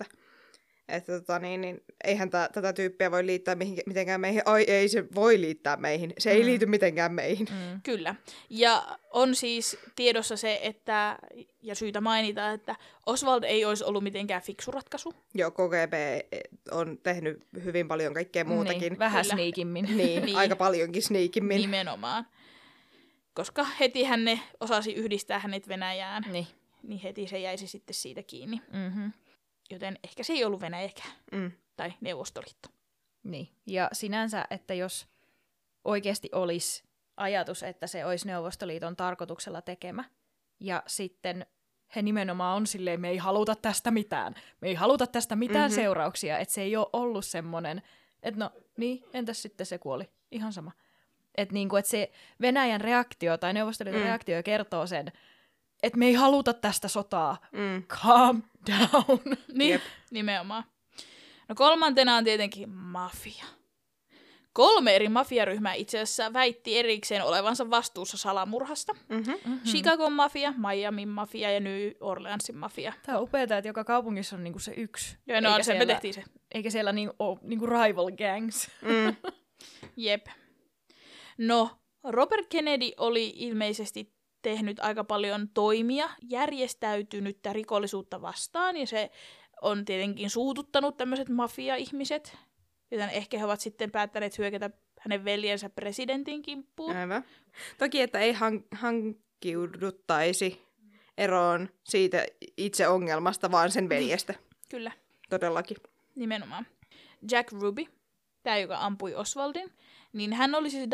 eihän tätä tyyppiä voi liittää mitenkään meihin. Ai ei, se voi liittää meihin. Se ei liity mitenkään meihin. Mm. Kyllä. Ja on siis tiedossa se, että, ja syytä mainita, että Oswald ei olisi ollut mitenkään fiksu ratkaisu. Joo, KGB on tehnyt hyvin paljon kaikkea muutakin. Niin, vähän Kyllä. sniikimmin. Niin, Niin. aika paljonkin sniikimmin. Nimenomaan. Koska heti hän ne osasi yhdistää hänet Venäjään, Niin. niin heti se jäisi sitten siitä kiinni. Mm-hmm. Joten ehkä se ei ollut Venäjäkään, Mm. tai Neuvostoliitto. Niin. Ja sinänsä, että jos oikeasti olisi ajatus, että se olisi Neuvostoliiton tarkoituksella tekemä, ja sitten he nimenomaan on silleen, me ei haluta tästä mitään. Me ei haluta tästä mitään seurauksia. Että se ei ole ollut semmoinen, että no niin, entäs sitten se kuoli. Ihan sama. Että niinku, et se Venäjän reaktio tai Neuvostoliiton reaktio kertoo sen, että me ei haluta tästä sotaa. Calm down. Niin, Jep. nimenomaan. No kolmantena on tietenkin mafia. 3 eri mafiaryhmää itse asiassa väitti erikseen olevansa vastuussa salamurhasta. Chicagon mafia, Miamin mafia ja New Orleansin mafia. Tämä on upeaa, että joka kaupungissa on niinku se yksi. Joo, no Eikä se me siellä- tehtiin se. Eikä siellä ole niinku rival gangs. Jep. No, Robert Kennedy oli ilmeisesti tehnyt aika paljon toimia järjestäytynyttä rikollisuutta vastaan, ja se on tietenkin suututtanut tämmöiset mafia-ihmiset, joten ehkä he ovat sitten päättäneet hyökätä hänen veljensä presidentin kimppuun. Aivan. Toki, että ei hankkiuduttaisi eroon siitä itse ongelmasta, vaan sen veljestä. Kyllä, Todellakin. nimenomaan. Jack Ruby, tämä joka ampui Oswaldin, niin hän oli siis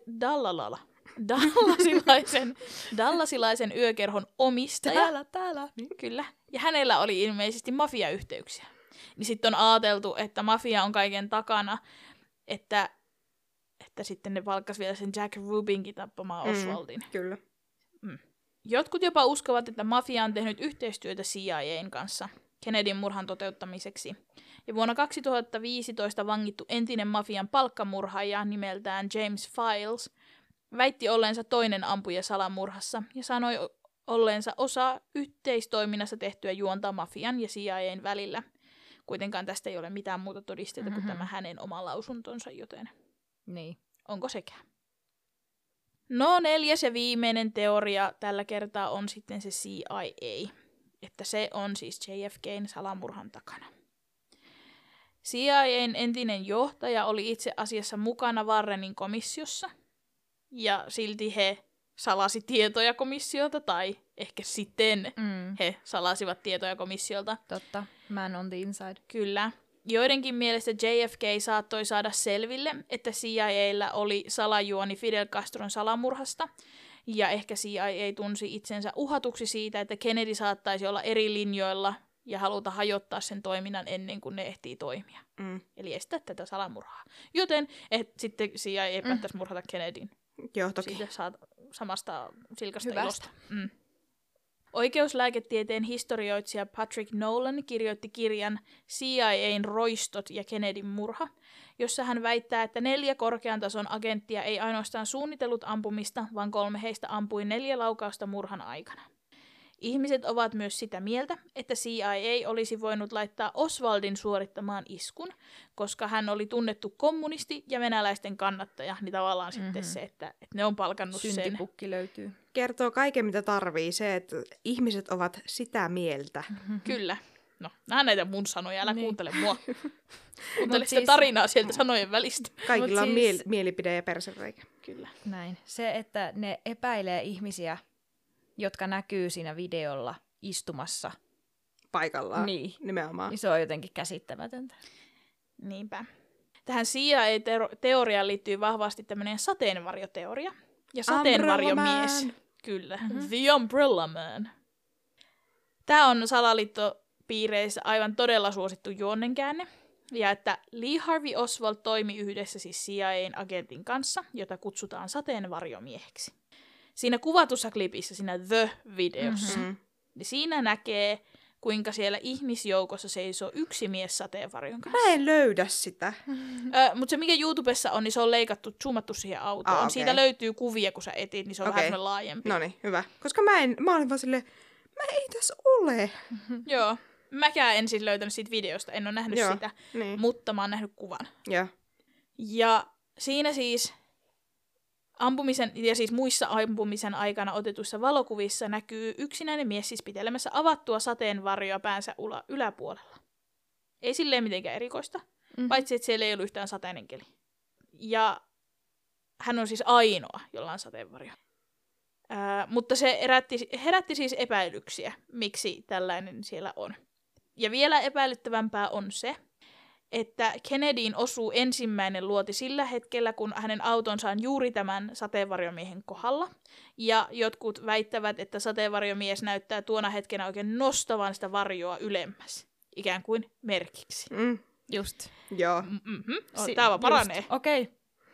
Dallasilaisen yökerhon omistaja. Täällä. Kyllä. Ja hänellä oli ilmeisesti mafiayhteyksiä. Niin sitten on ajateltu, että mafia on kaiken takana, että sitten ne palkkasi vielä sen Jack Rubinkin tappamaan Oswaldin. Kyllä. Jotkut jopa uskovat, että mafia on tehnyt yhteistyötä CIA:n kanssa Kennedyn murhan toteuttamiseksi. Ja vuonna 2015 vangittu entinen mafian palkkamurhaaja nimeltään James Files väitti olleensa toinen ampuja salamurhassa ja sanoi olleensa osa yhteistoiminnassa tehtyä juonta mafian ja CIA:n välillä. kuitenkaan tästä ei ole mitään muuta todisteita kuin tämä hänen oma lausuntonsa, joten Niin. onko sekään? No 4. ja viimeinen teoria tällä kertaa on sitten se CIA, että se on siis JFK:n salamurhan takana. CIA:n entinen johtaja oli itse asiassa mukana Warrenin komissiossa, ja silti he salasi tietoja komissiolta, tai ehkä sitten he salasivat tietoja komissiolta. Totta. Man on the inside. Kyllä. Joidenkin mielestä JFK saattoi saada selville, että CIA:llä oli salajuoni Fidel Castron salamurhasta, ja ehkä CIA tunsi itsensä uhatuksi siitä, että Kennedy saattaisi olla eri linjoilla ja haluta hajottaa sen toiminnan ennen kuin ne ehtii toimia. Eli estää tätä salamurhaa. Joten sitten CIA päättäisi murhata Kennedyn. Joo, toki. Siitä saat samasta silkasta Hyvästä. ilosta. Oikeuslääketieteen historioitsija Patrick Nolan kirjoitti kirjan CIA:n roistot ja Kennedyn murha, jossa hän väittää, että 4 korkean tason agenttia ei ainoastaan suunnitellut ampumista, vaan 3 heistä ampui 4 laukausta murhan aikana. Ihmiset ovat myös sitä mieltä, että CIA olisi voinut laittaa Oswaldin suorittamaan iskun, koska hän oli tunnettu kommunisti ja venäläisten kannattaja, niin tavallaan sitten se, että ne on palkannut sen. Syntipukki löytyy. Kertoo kaiken, mitä tarvii. Se, että ihmiset ovat sitä mieltä. Kyllä. No, nää näitä mun sanoja, älä kuuntele mua. Kuuntele Mut sitä tarinaa sieltä sanojen välistä. Kaikilla on siis- mielipide ja persereikä. Kyllä. Näin. Se, että ne epäilee ihmisiä, jotka näkyy siinä videolla istumassa, Paikallaan. Niin. Nimenomaan. niin se on jotenkin käsittämätöntä. Niinpä. Tähän CIA-teoriaan liittyy vahvasti tämmöinen sateenvarjoteoria. Ja sateenvarjomies. Umbrella Man. Kyllä. The Umbrella Man. Tämä on salaliittopiireissä aivan todella suosittu juonnenkäänne. Ja että Lee Harvey Oswald toimi yhdessä siis CIA:n agentin kanssa, jota kutsutaan sateenvarjomieheksi. Siinä kuvatussa klipissä, siinä The-videossa, niin siinä näkee, kuinka siellä ihmisjoukossa seisoo yksi mies sateenvarjon kanssa. Mä en löydä sitä. Mutta se, mikä YouTubessa on, niin se on leikattu, zoomattu siihen autoon. Okay. Siitä löytyy kuvia, kun sä etit, niin se on vähän semmoinen laajempi. No niin, hyvä. Koska mä olin vaan silleen, mä ei tässä ole. Joo. Mäkään en siis löytänyt siitä videosta, en ole nähnyt sitä, mutta mä oon nähnyt kuvan. Joo. Ja siinä siis ampumisen, ja siis muissa ampumisen aikana otetuissa valokuvissa näkyy yksinäinen mies siis pitelemässä avattua sateenvarjoa päänsä yläpuolella. Ei silleen mitenkään erikoista, paitsi että siellä ei ollut yhtään sateinen keli. Ja hän on siis ainoa, jolla on sateenvarjo. Mutta se herätti siis epäilyksiä, miksi tällainen siellä on. Ja vielä epäilyttävämpää on se, että Kennedyin osuu ensimmäinen luoti sillä hetkellä, kun hänen autonsa on juuri tämän sateenvarjomiehen kohdalla. Ja jotkut väittävät, että sateenvarjomies näyttää tuona hetkenä oikein nostavan sitä varjoa ylemmäs. Ikään kuin merkiksi. Just. Joo. Tämä vaan paranee. Okei.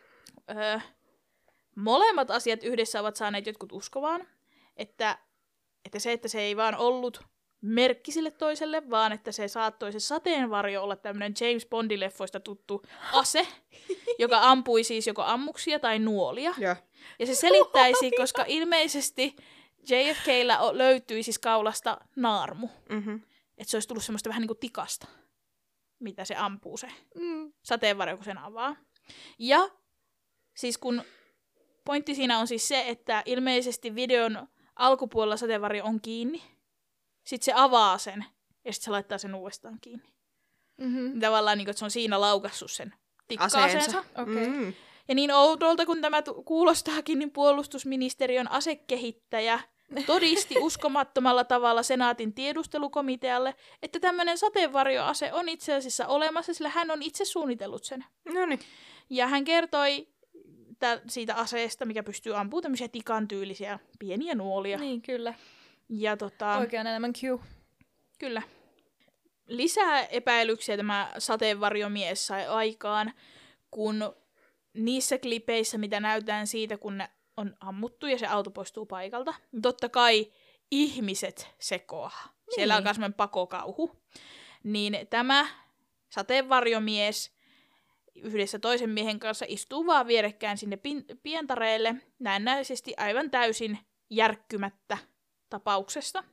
Molemmat asiat yhdessä ovat saaneet jotkut uskomaan, että se ei vaan ollut merkki sille toiselle, vaan että se saattoi se sateenvarjo olla tämmöinen James Bondin-leffoista tuttu ase, joka ampui siis joko ammuksia tai nuolia. Ja se selittäisi, koska ilmeisesti JFK:llä löytyi siis kaulasta naarmu. Että se olisi tullut semmoista vähän niin kuin tikasta, mitä se ampuu se sateenvarjo, kun sen avaa. Ja siis kun pointti siinä on siis se, että ilmeisesti videon alkupuolella sateenvarjo on kiinni, sitten se avaa sen, ja sitten se laittaa sen uudestaan kiinni. Tavallaan niin kuin, että se on siinä laukassut sen tikka-aseensa. Okay. Ja niin oudolta, kun tämä kuulostaakin, niin puolustusministeriön asekehittäjä todisti uskomattomalla tavalla senaatin tiedustelukomitealle, että tämmöinen sateenvarjoase on itse asiassa olemassa, sillä hän on itse suunnitellut sen. Noniin. Ja hän kertoi siitä aseesta, mikä pystyy ampumaan tämmöisiä tikan tyylisiä pieniä nuolia. Niin, kyllä. Ja Oikean enemmän Q. Kyllä. Lisää epäilyksiä tämä sateenvarjomies sai aikaan, kun niissä klipeissä, mitä näytetään siitä, kun ne on ammuttu ja se auto poistuu paikalta, niin totta kai ihmiset sekoaa. Niin. Siellä on myös semmoinen pakokauhu. Niin tämä sateenvarjomies yhdessä toisen miehen kanssa istuu vaan vierekkäin sinne pientareelle, näennäisesti aivan täysin järkkymättä tapauksesta.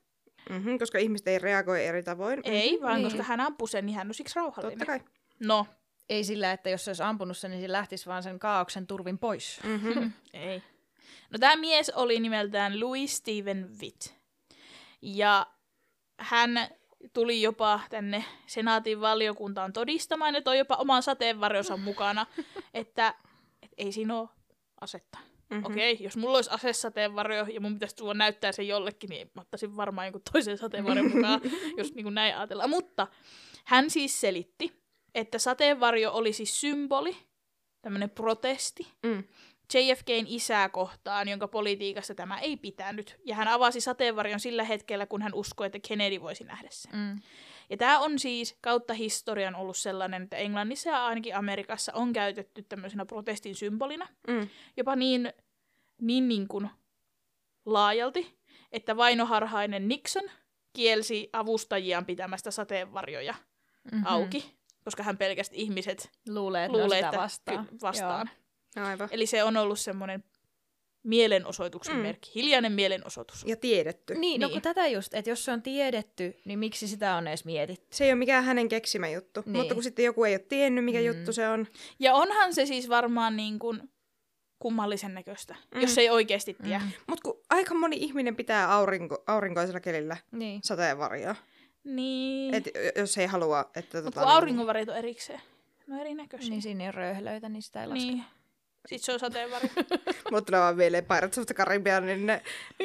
Koska ihmiset ei reagoi eri tavoin. Ei, vaan koska hän ampui sen, niin hän on siksi rauhallinen. Totta kai. No. Ei sillä, että jos se olisi ampunut sen, niin se lähtisi vaan sen kaaoksen turvin pois. Ei. No tämä mies oli nimeltään Louis Stephen Witt. Ja hän tuli jopa tänne senaatin valiokuntaan todistamaan ja toi jopa oman sateenvarjonsa mukana, että ei siinä ole asetta. Okei, jos mulla olisi asesateenvarjo ja mun pitäisi tuoda näyttää sen jollekin, niin mä ottaisin varmaan jonkun toisen sateenvarjon mukaan, jos niin kuin näin ajatellaan. Mutta hän siis selitti, että sateenvarjo oli siis symboli, tämmöinen protesti, JFK:n isää kohtaan, jonka politiikassa tämä ei pitänyt. Ja hän avasi sateenvarjon sillä hetkellä, kun hän uskoi, että Kennedy voisi nähdä sen. Ja tämä on siis kautta historian ollut sellainen, että Englannissa ja ainakin Amerikassa on käytetty tämmöisenä protestin symbolina. Jopa niin kuin laajalti, että vainoharhainen Nixon kielsi avustajiaan pitämästä sateenvarjoja auki, koska hän pelkästään ihmiset luulee että vastaan. Aivan. Eli se on ollut semmoinen mielenosoituksen merkki, hiljainen mielenosoitus. Ja tiedetty. Niin, no kun tätä just, että jos se on tiedetty, niin miksi sitä on edes mietitty? Se ei ole mikään hänen keksimä juttu, mutta kun sitten joku ei ole tiennyt, mikä juttu se on. Ja onhan se siis varmaan niin kuin kummallisen näköistä, jos ei oikeasti tiedä. Mutta kun aika moni ihminen pitää aurinkoisella kelillä sateenvarjoa. Niin. Et jos ei halua, että... Mutta kun auringonvärit on erikseen. No erinäköisiä. Niin siinä on röyhelöitä, niin sitä ei laske. Niin. Sitten se on sateenvarjo. Mutta ne vaan mieleen Pirates of the Caribbean, niin ne,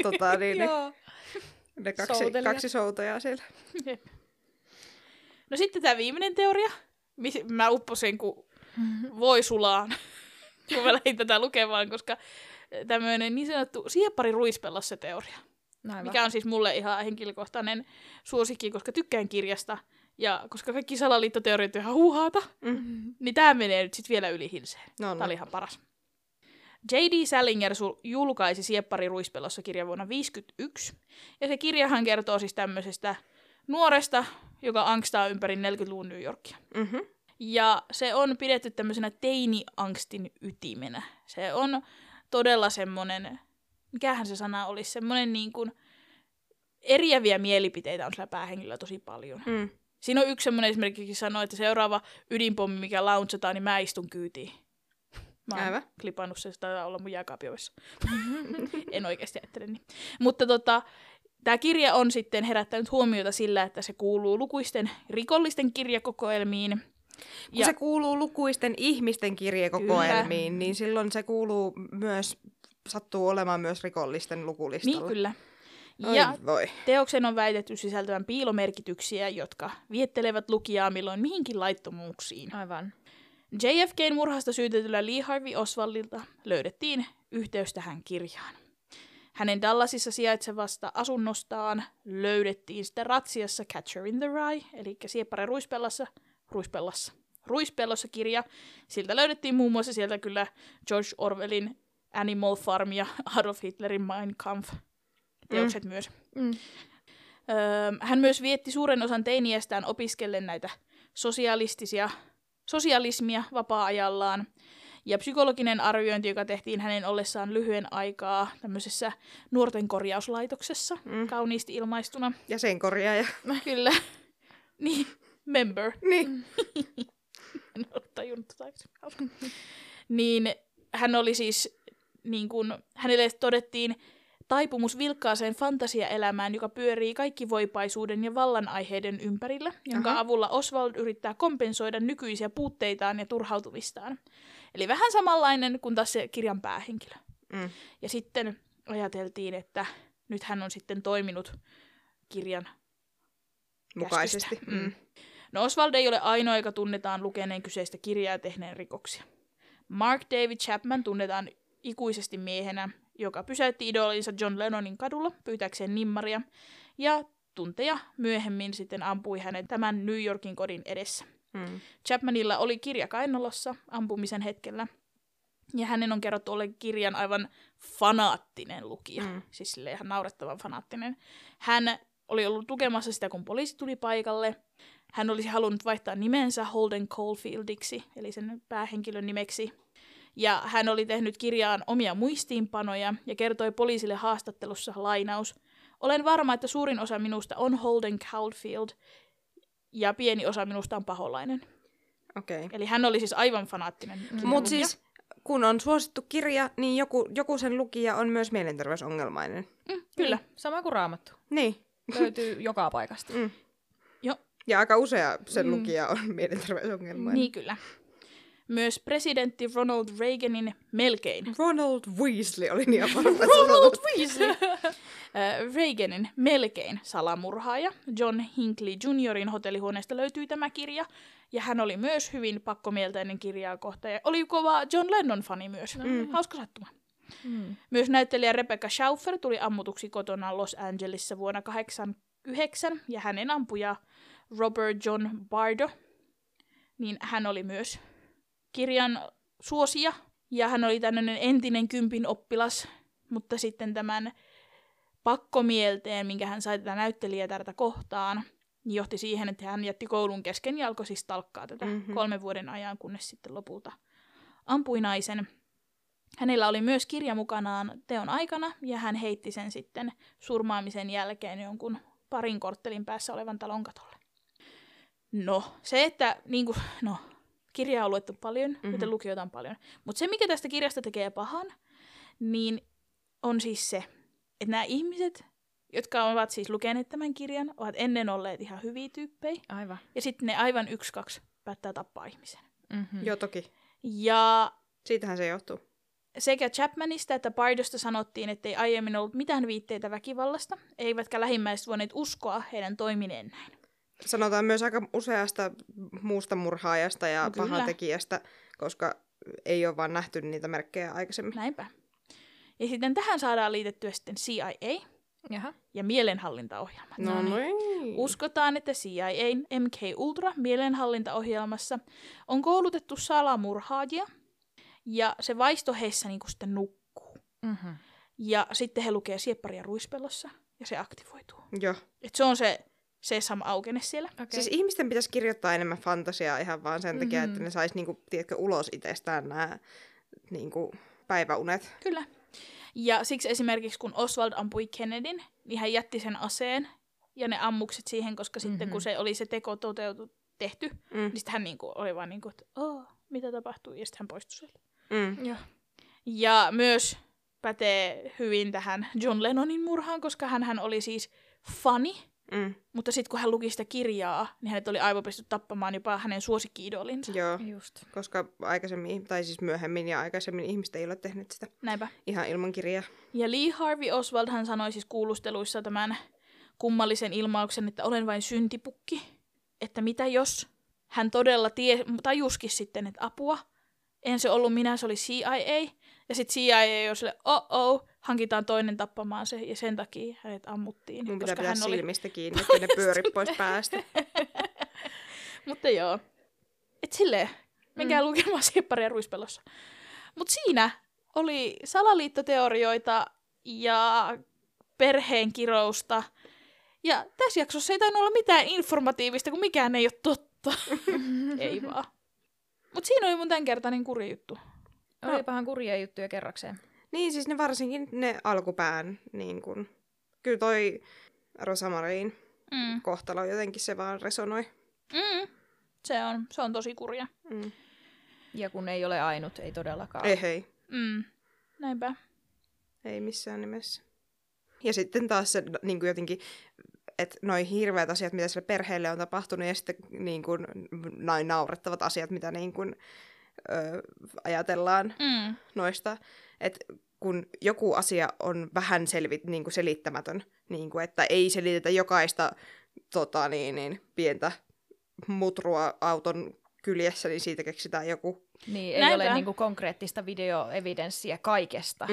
ne kaksi soutajaa siellä. Jep. No sitten tämä viimeinen teoria. Mä upposin kun voi sulaan, kun mä lähdin tätä lukemaan, koska tämmöinen niin sanottu sieppari ruispellossa teoria. Aivan. Mikä on siis mulle ihan henkilökohtainen suosikki, koska tykkään kirjasta. Ja koska kaikki salaliittoteoriat on ihan huuhaata, niin tämä menee nyt sitten vielä yli hilseen. No. Tämä oli ihan paras. J.D. Salinger julkaisi Sieppari ruispellossa -kirjan vuonna 1951. Ja se kirjahan kertoo siis tämmöisestä nuoresta, joka angstaa ympäri 40-luvun New Yorkia. Ja se on pidetty tämmöisenä teini-angstin ytimenä. Se on todella semmoinen, mikähän se sana olisi, semmoinen niin kuin eriäviä mielipiteitä on sillä päähenkilöllä tosi paljon. Siinä on yksi semmoinen esimerkiksi sanoo, että seuraava ydinpommi, mikä launchataan, niin mä istun kyytiin. Mä oon klipannut sen, se taitaa olla mun jääkaapioissa. En oikeasti ajattele niin. Mutta tämä kirja on sitten herättänyt huomiota sillä, että se kuuluu lukuisten rikollisten kirjakokoelmiin. Kun se kuuluu lukuisten ihmisten kirjakokoelmiin, niin silloin se kuuluu myös, sattuu olemaan myös rikollisten lukulistalla. Niin kyllä. Ja teoksen on väitetty sisältävän piilomerkityksiä, jotka viettelevät lukijaa milloin mihinkin laittomuuksiin. Aivan. JFK:n murhasta syytetyllä Lee Harvey Oswaldilta löydettiin yhteys tähän kirjaan. Hänen Dallasissa sijaitsevasta asunnostaan löydettiin sitten ratsiassa Catcher in the Rye, eli Sieppari ruispellossa kirja. Siltä löydettiin muun muassa sieltä kyllä George Orwellin Animal Farm ja Adolf Hitlerin Mein Kampf teokset myös. Hän myös vietti suuren osan teiniästään opiskellen näitä sosialismia vapaa-ajallaan. Ja psykologinen arviointi, joka tehtiin hänen ollessaan lyhyen aikaa tämmöisessä nuorten korjauslaitoksessa, kauniisti ilmaistuna. Ja sen korjaaja. Kyllä. Niin, member. Niin. En ole tajunnut tota. Niin hän oli siis, niin kuin, hänelle todettiin taipumus vilkkaaseen fantasiaelämään, joka pyörii kaikkivoipaisuuden ja vallan aiheiden ympärillä, jonka avulla Oswald yrittää kompensoida nykyisiä puutteitaan ja turhautumistaan. Eli vähän samanlainen kuin taas se kirjan päähenkilö. Ja sitten ajateltiin, että nyt hän on sitten toiminut kirjan mukaisesti. No Oswald ei ole ainoa, joka tunnetaan lukeneen kyseistä kirjaa ja tehneen rikoksia. Mark David Chapman tunnetaan ikuisesti miehenä, joka pysäytti idolinsa John Lennonin kadulla pyytääkseen nimmaria, ja tunteja myöhemmin sitten ampui hänen tämän New Yorkin kodin edessä. Chapmanilla oli kirja kainalossa ampumisen hetkellä, ja hänen on kerrottu olleen kirjan aivan fanaattinen lukija, siis silleen ihan naurettavan fanaattinen. Hän oli ollut lukemassa sitä, kun poliisi tuli paikalle. Hän olisi halunnut vaihtaa nimensä Holden Caulfieldiksi, eli sen päähenkilön nimeksi. Ja hän oli tehnyt kirjaan omia muistiinpanoja ja kertoi poliisille haastattelussa, lainaus, Olen varma, että suurin osa minusta on Holden Caulfield ja pieni osa minusta on paholainen. Okei. Eli hän oli siis aivan fanaattinen kirjan Mutta lukija. siis, kun on suosittu kirja, niin joku sen lukija on myös mielenterveysongelmainen. Kyllä. Niin, sama kuin Raamattu. Niin. Löytyy joka paikasta. Joo. Ja aika usea sen lukija on mielenterveysongelmainen. Niin kyllä. Myös presidentti Ronald Reaganin melkein. Ronald Weasley oli niin varma. Ronald Weasley! Reaganin melkein salamurhaaja John Hinckley Juniorin hotellihuoneesta löytyi tämä kirja. Ja hän oli myös hyvin pakkomielteinen kirjaa kohtaan. Ja oli kova John Lennon-fani myös. Hauska sattuma. Myös näyttelijä Rebecca Schauffer tuli ammutuksi kotona Los Angelesissa vuonna 1989. Ja hänen ampuja Robert John Bardo, niin hän oli myös kirjan suosija. Ja hän oli tämmöinen entinen kympin oppilas, mutta sitten tämän pakkomielteen, minkä hän sai tätä näyttelijätärtä kohtaan, niin johti siihen, että hän jätti koulun kesken ja alkoi siis talkkaa tätä 3 vuoden ajan, kunnes sitten lopulta ampui naisen. Hänellä oli myös kirja mukanaan teon aikana, ja hän heitti sen sitten surmaamisen jälkeen jonkun parin korttelin päässä olevan talon katolle. No, se, että kirjaa on luettu paljon, joten lukijoita on paljon. Mutta se, mikä tästä kirjasta tekee pahan, niin on siis se, että nämä ihmiset, jotka ovat siis lukeneet tämän kirjan, ovat ennen olleet ihan hyviä tyyppejä. Aivan. Ja sitten ne aivan 1-2 päättää tappaa ihmisen. Joo, toki. Ja Siitähän se johtuu. sekä Chapmanista että Bardosta sanottiin, että ei aiemmin ollut mitään viitteitä väkivallasta, eivätkä lähimmäiset voineet uskoa heidän toimineen näin. Sanotaan myös aika useasta muusta murhaajasta ja pahantekijästä, koska ei ole vaan nähty niitä merkkejä aikaisemmin. Näinpä. Ja sitten tähän saadaan liitettyä sitten CIA Jaha. ja mielenhallintaohjelmat. No niin. Uskotaan, että CIA:n MK Ultra mielenhallintaohjelmassa on koulutettu salamurhaajia, ja se vaisto heissä niinku sitten nukkuu. Ja sitten he lukee siepparia ruispellossa, ja se aktivoituu. Joo. Et se on se sesam aukene siellä. Okay. Siis ihmisten pitäisi kirjoittaa enemmän fantasiaa ihan vaan sen takia, että ne sais niinku, tiedätkö, ulos itsestään nämä niinku, päiväunet. Kyllä. Ja siksi esimerkiksi kun Oswald ampui Kennedyn, niin hän jätti sen aseen ja ne ammukset siihen, koska sitten kun se oli se teko tehty, niin sitten hän niinku oli vaan niinku, että mitä tapahtuu, ja sitten hän poistui sieltä. Joo. Ja myös pätee hyvin tähän John Lennonin murhaan, koska hän oli siis fani, mutta sitten kun hän luki sitä kirjaa, niin hänet oli aivopesty tappamaan jopa hänen suosikki-idolinsa. Joo, Just. koska aikaisemmin, tai siis myöhemmin ja aikaisemmin ihmiset ei ole tehnyt sitä Näinpä. ihan ilman kirjaa. Ja Lee Harvey Oswald hän sanoi siis kuulusteluissa tämän kummallisen ilmauksen, että olen vain syntipukki. Että mitä jos hän todella tajuskin sitten, että apua, en se ollut minä, se oli CIA. Ja sitten CIA oli sille, hankitaan toinen tappamaan se, ja sen takia hänet ammuttiin. Mun koska pitää hän pitää oli... silmistä kiinni, että ne pyöri pois päästä. Mutta joo. Et silleen, menkää lukemaan siepparia ruispellossa. Mutta siinä oli salaliittoteorioita ja perheen kirousta. Ja tässä jaksossa ei tainnut olla mitään informatiivista, kun mikään ei ole totta. Ei vaan. Mutta siinä oli mun tämänkertainen kurjajuttu. Olipahan kurjia juttuja kerrakseen. Niin, siis ne varsinkin ne alkupään, niin kun, kyllä toi Rosamarin kohtalo jotenkin se vaan resonoi. Se on tosi kurja. Ja kun ei ole ainut, ei todellakaan. Ei. Näinpä. Ei missään nimessä. Ja sitten taas se niin kuin jotenkin, että noi hirveät asiat, mitä sille perheelle on tapahtunut, ja sitten niin kuin, noin naurettavat asiat, mitä niin kuin, ajatellaan noista. Että kun joku asia on vähän niin kuin selittämätön, niin kuin, että ei selitetä jokaista pientä mutrua auton kyljessä, niin siitä keksitään joku. Niin, ei Näinpä. ole niinku konkreettista videoevidenssiä kaikesta.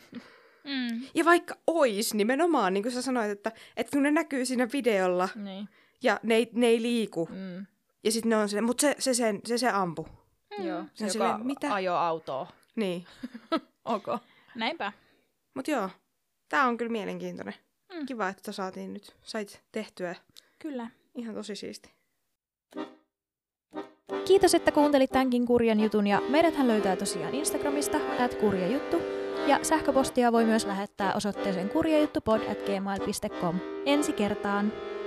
Ja vaikka ois nimenomaan, niin kuin sä sanoit, että kun ne näkyy siinä videolla, Niin. ja ne ei liiku, ja sitten ne on silleen, mutta se ampu. Joo, se Ja joka silleen, mitä? ajoi autoa. Niin. Okay. Näinpä. Mut joo, tää on kyllä mielenkiintoinen. Kiva, että sait tehtyä. Kyllä. Ihan tosi siisti. Kiitos, että kuuntelit tämänkin kurjan jutun, ja meidäthän löytää tosiaan Instagramista @kurjajuttu, Ja sähköpostia voi myös lähettää osoitteeseen kurjajuttupod@gmail.com. Ensi kertaan!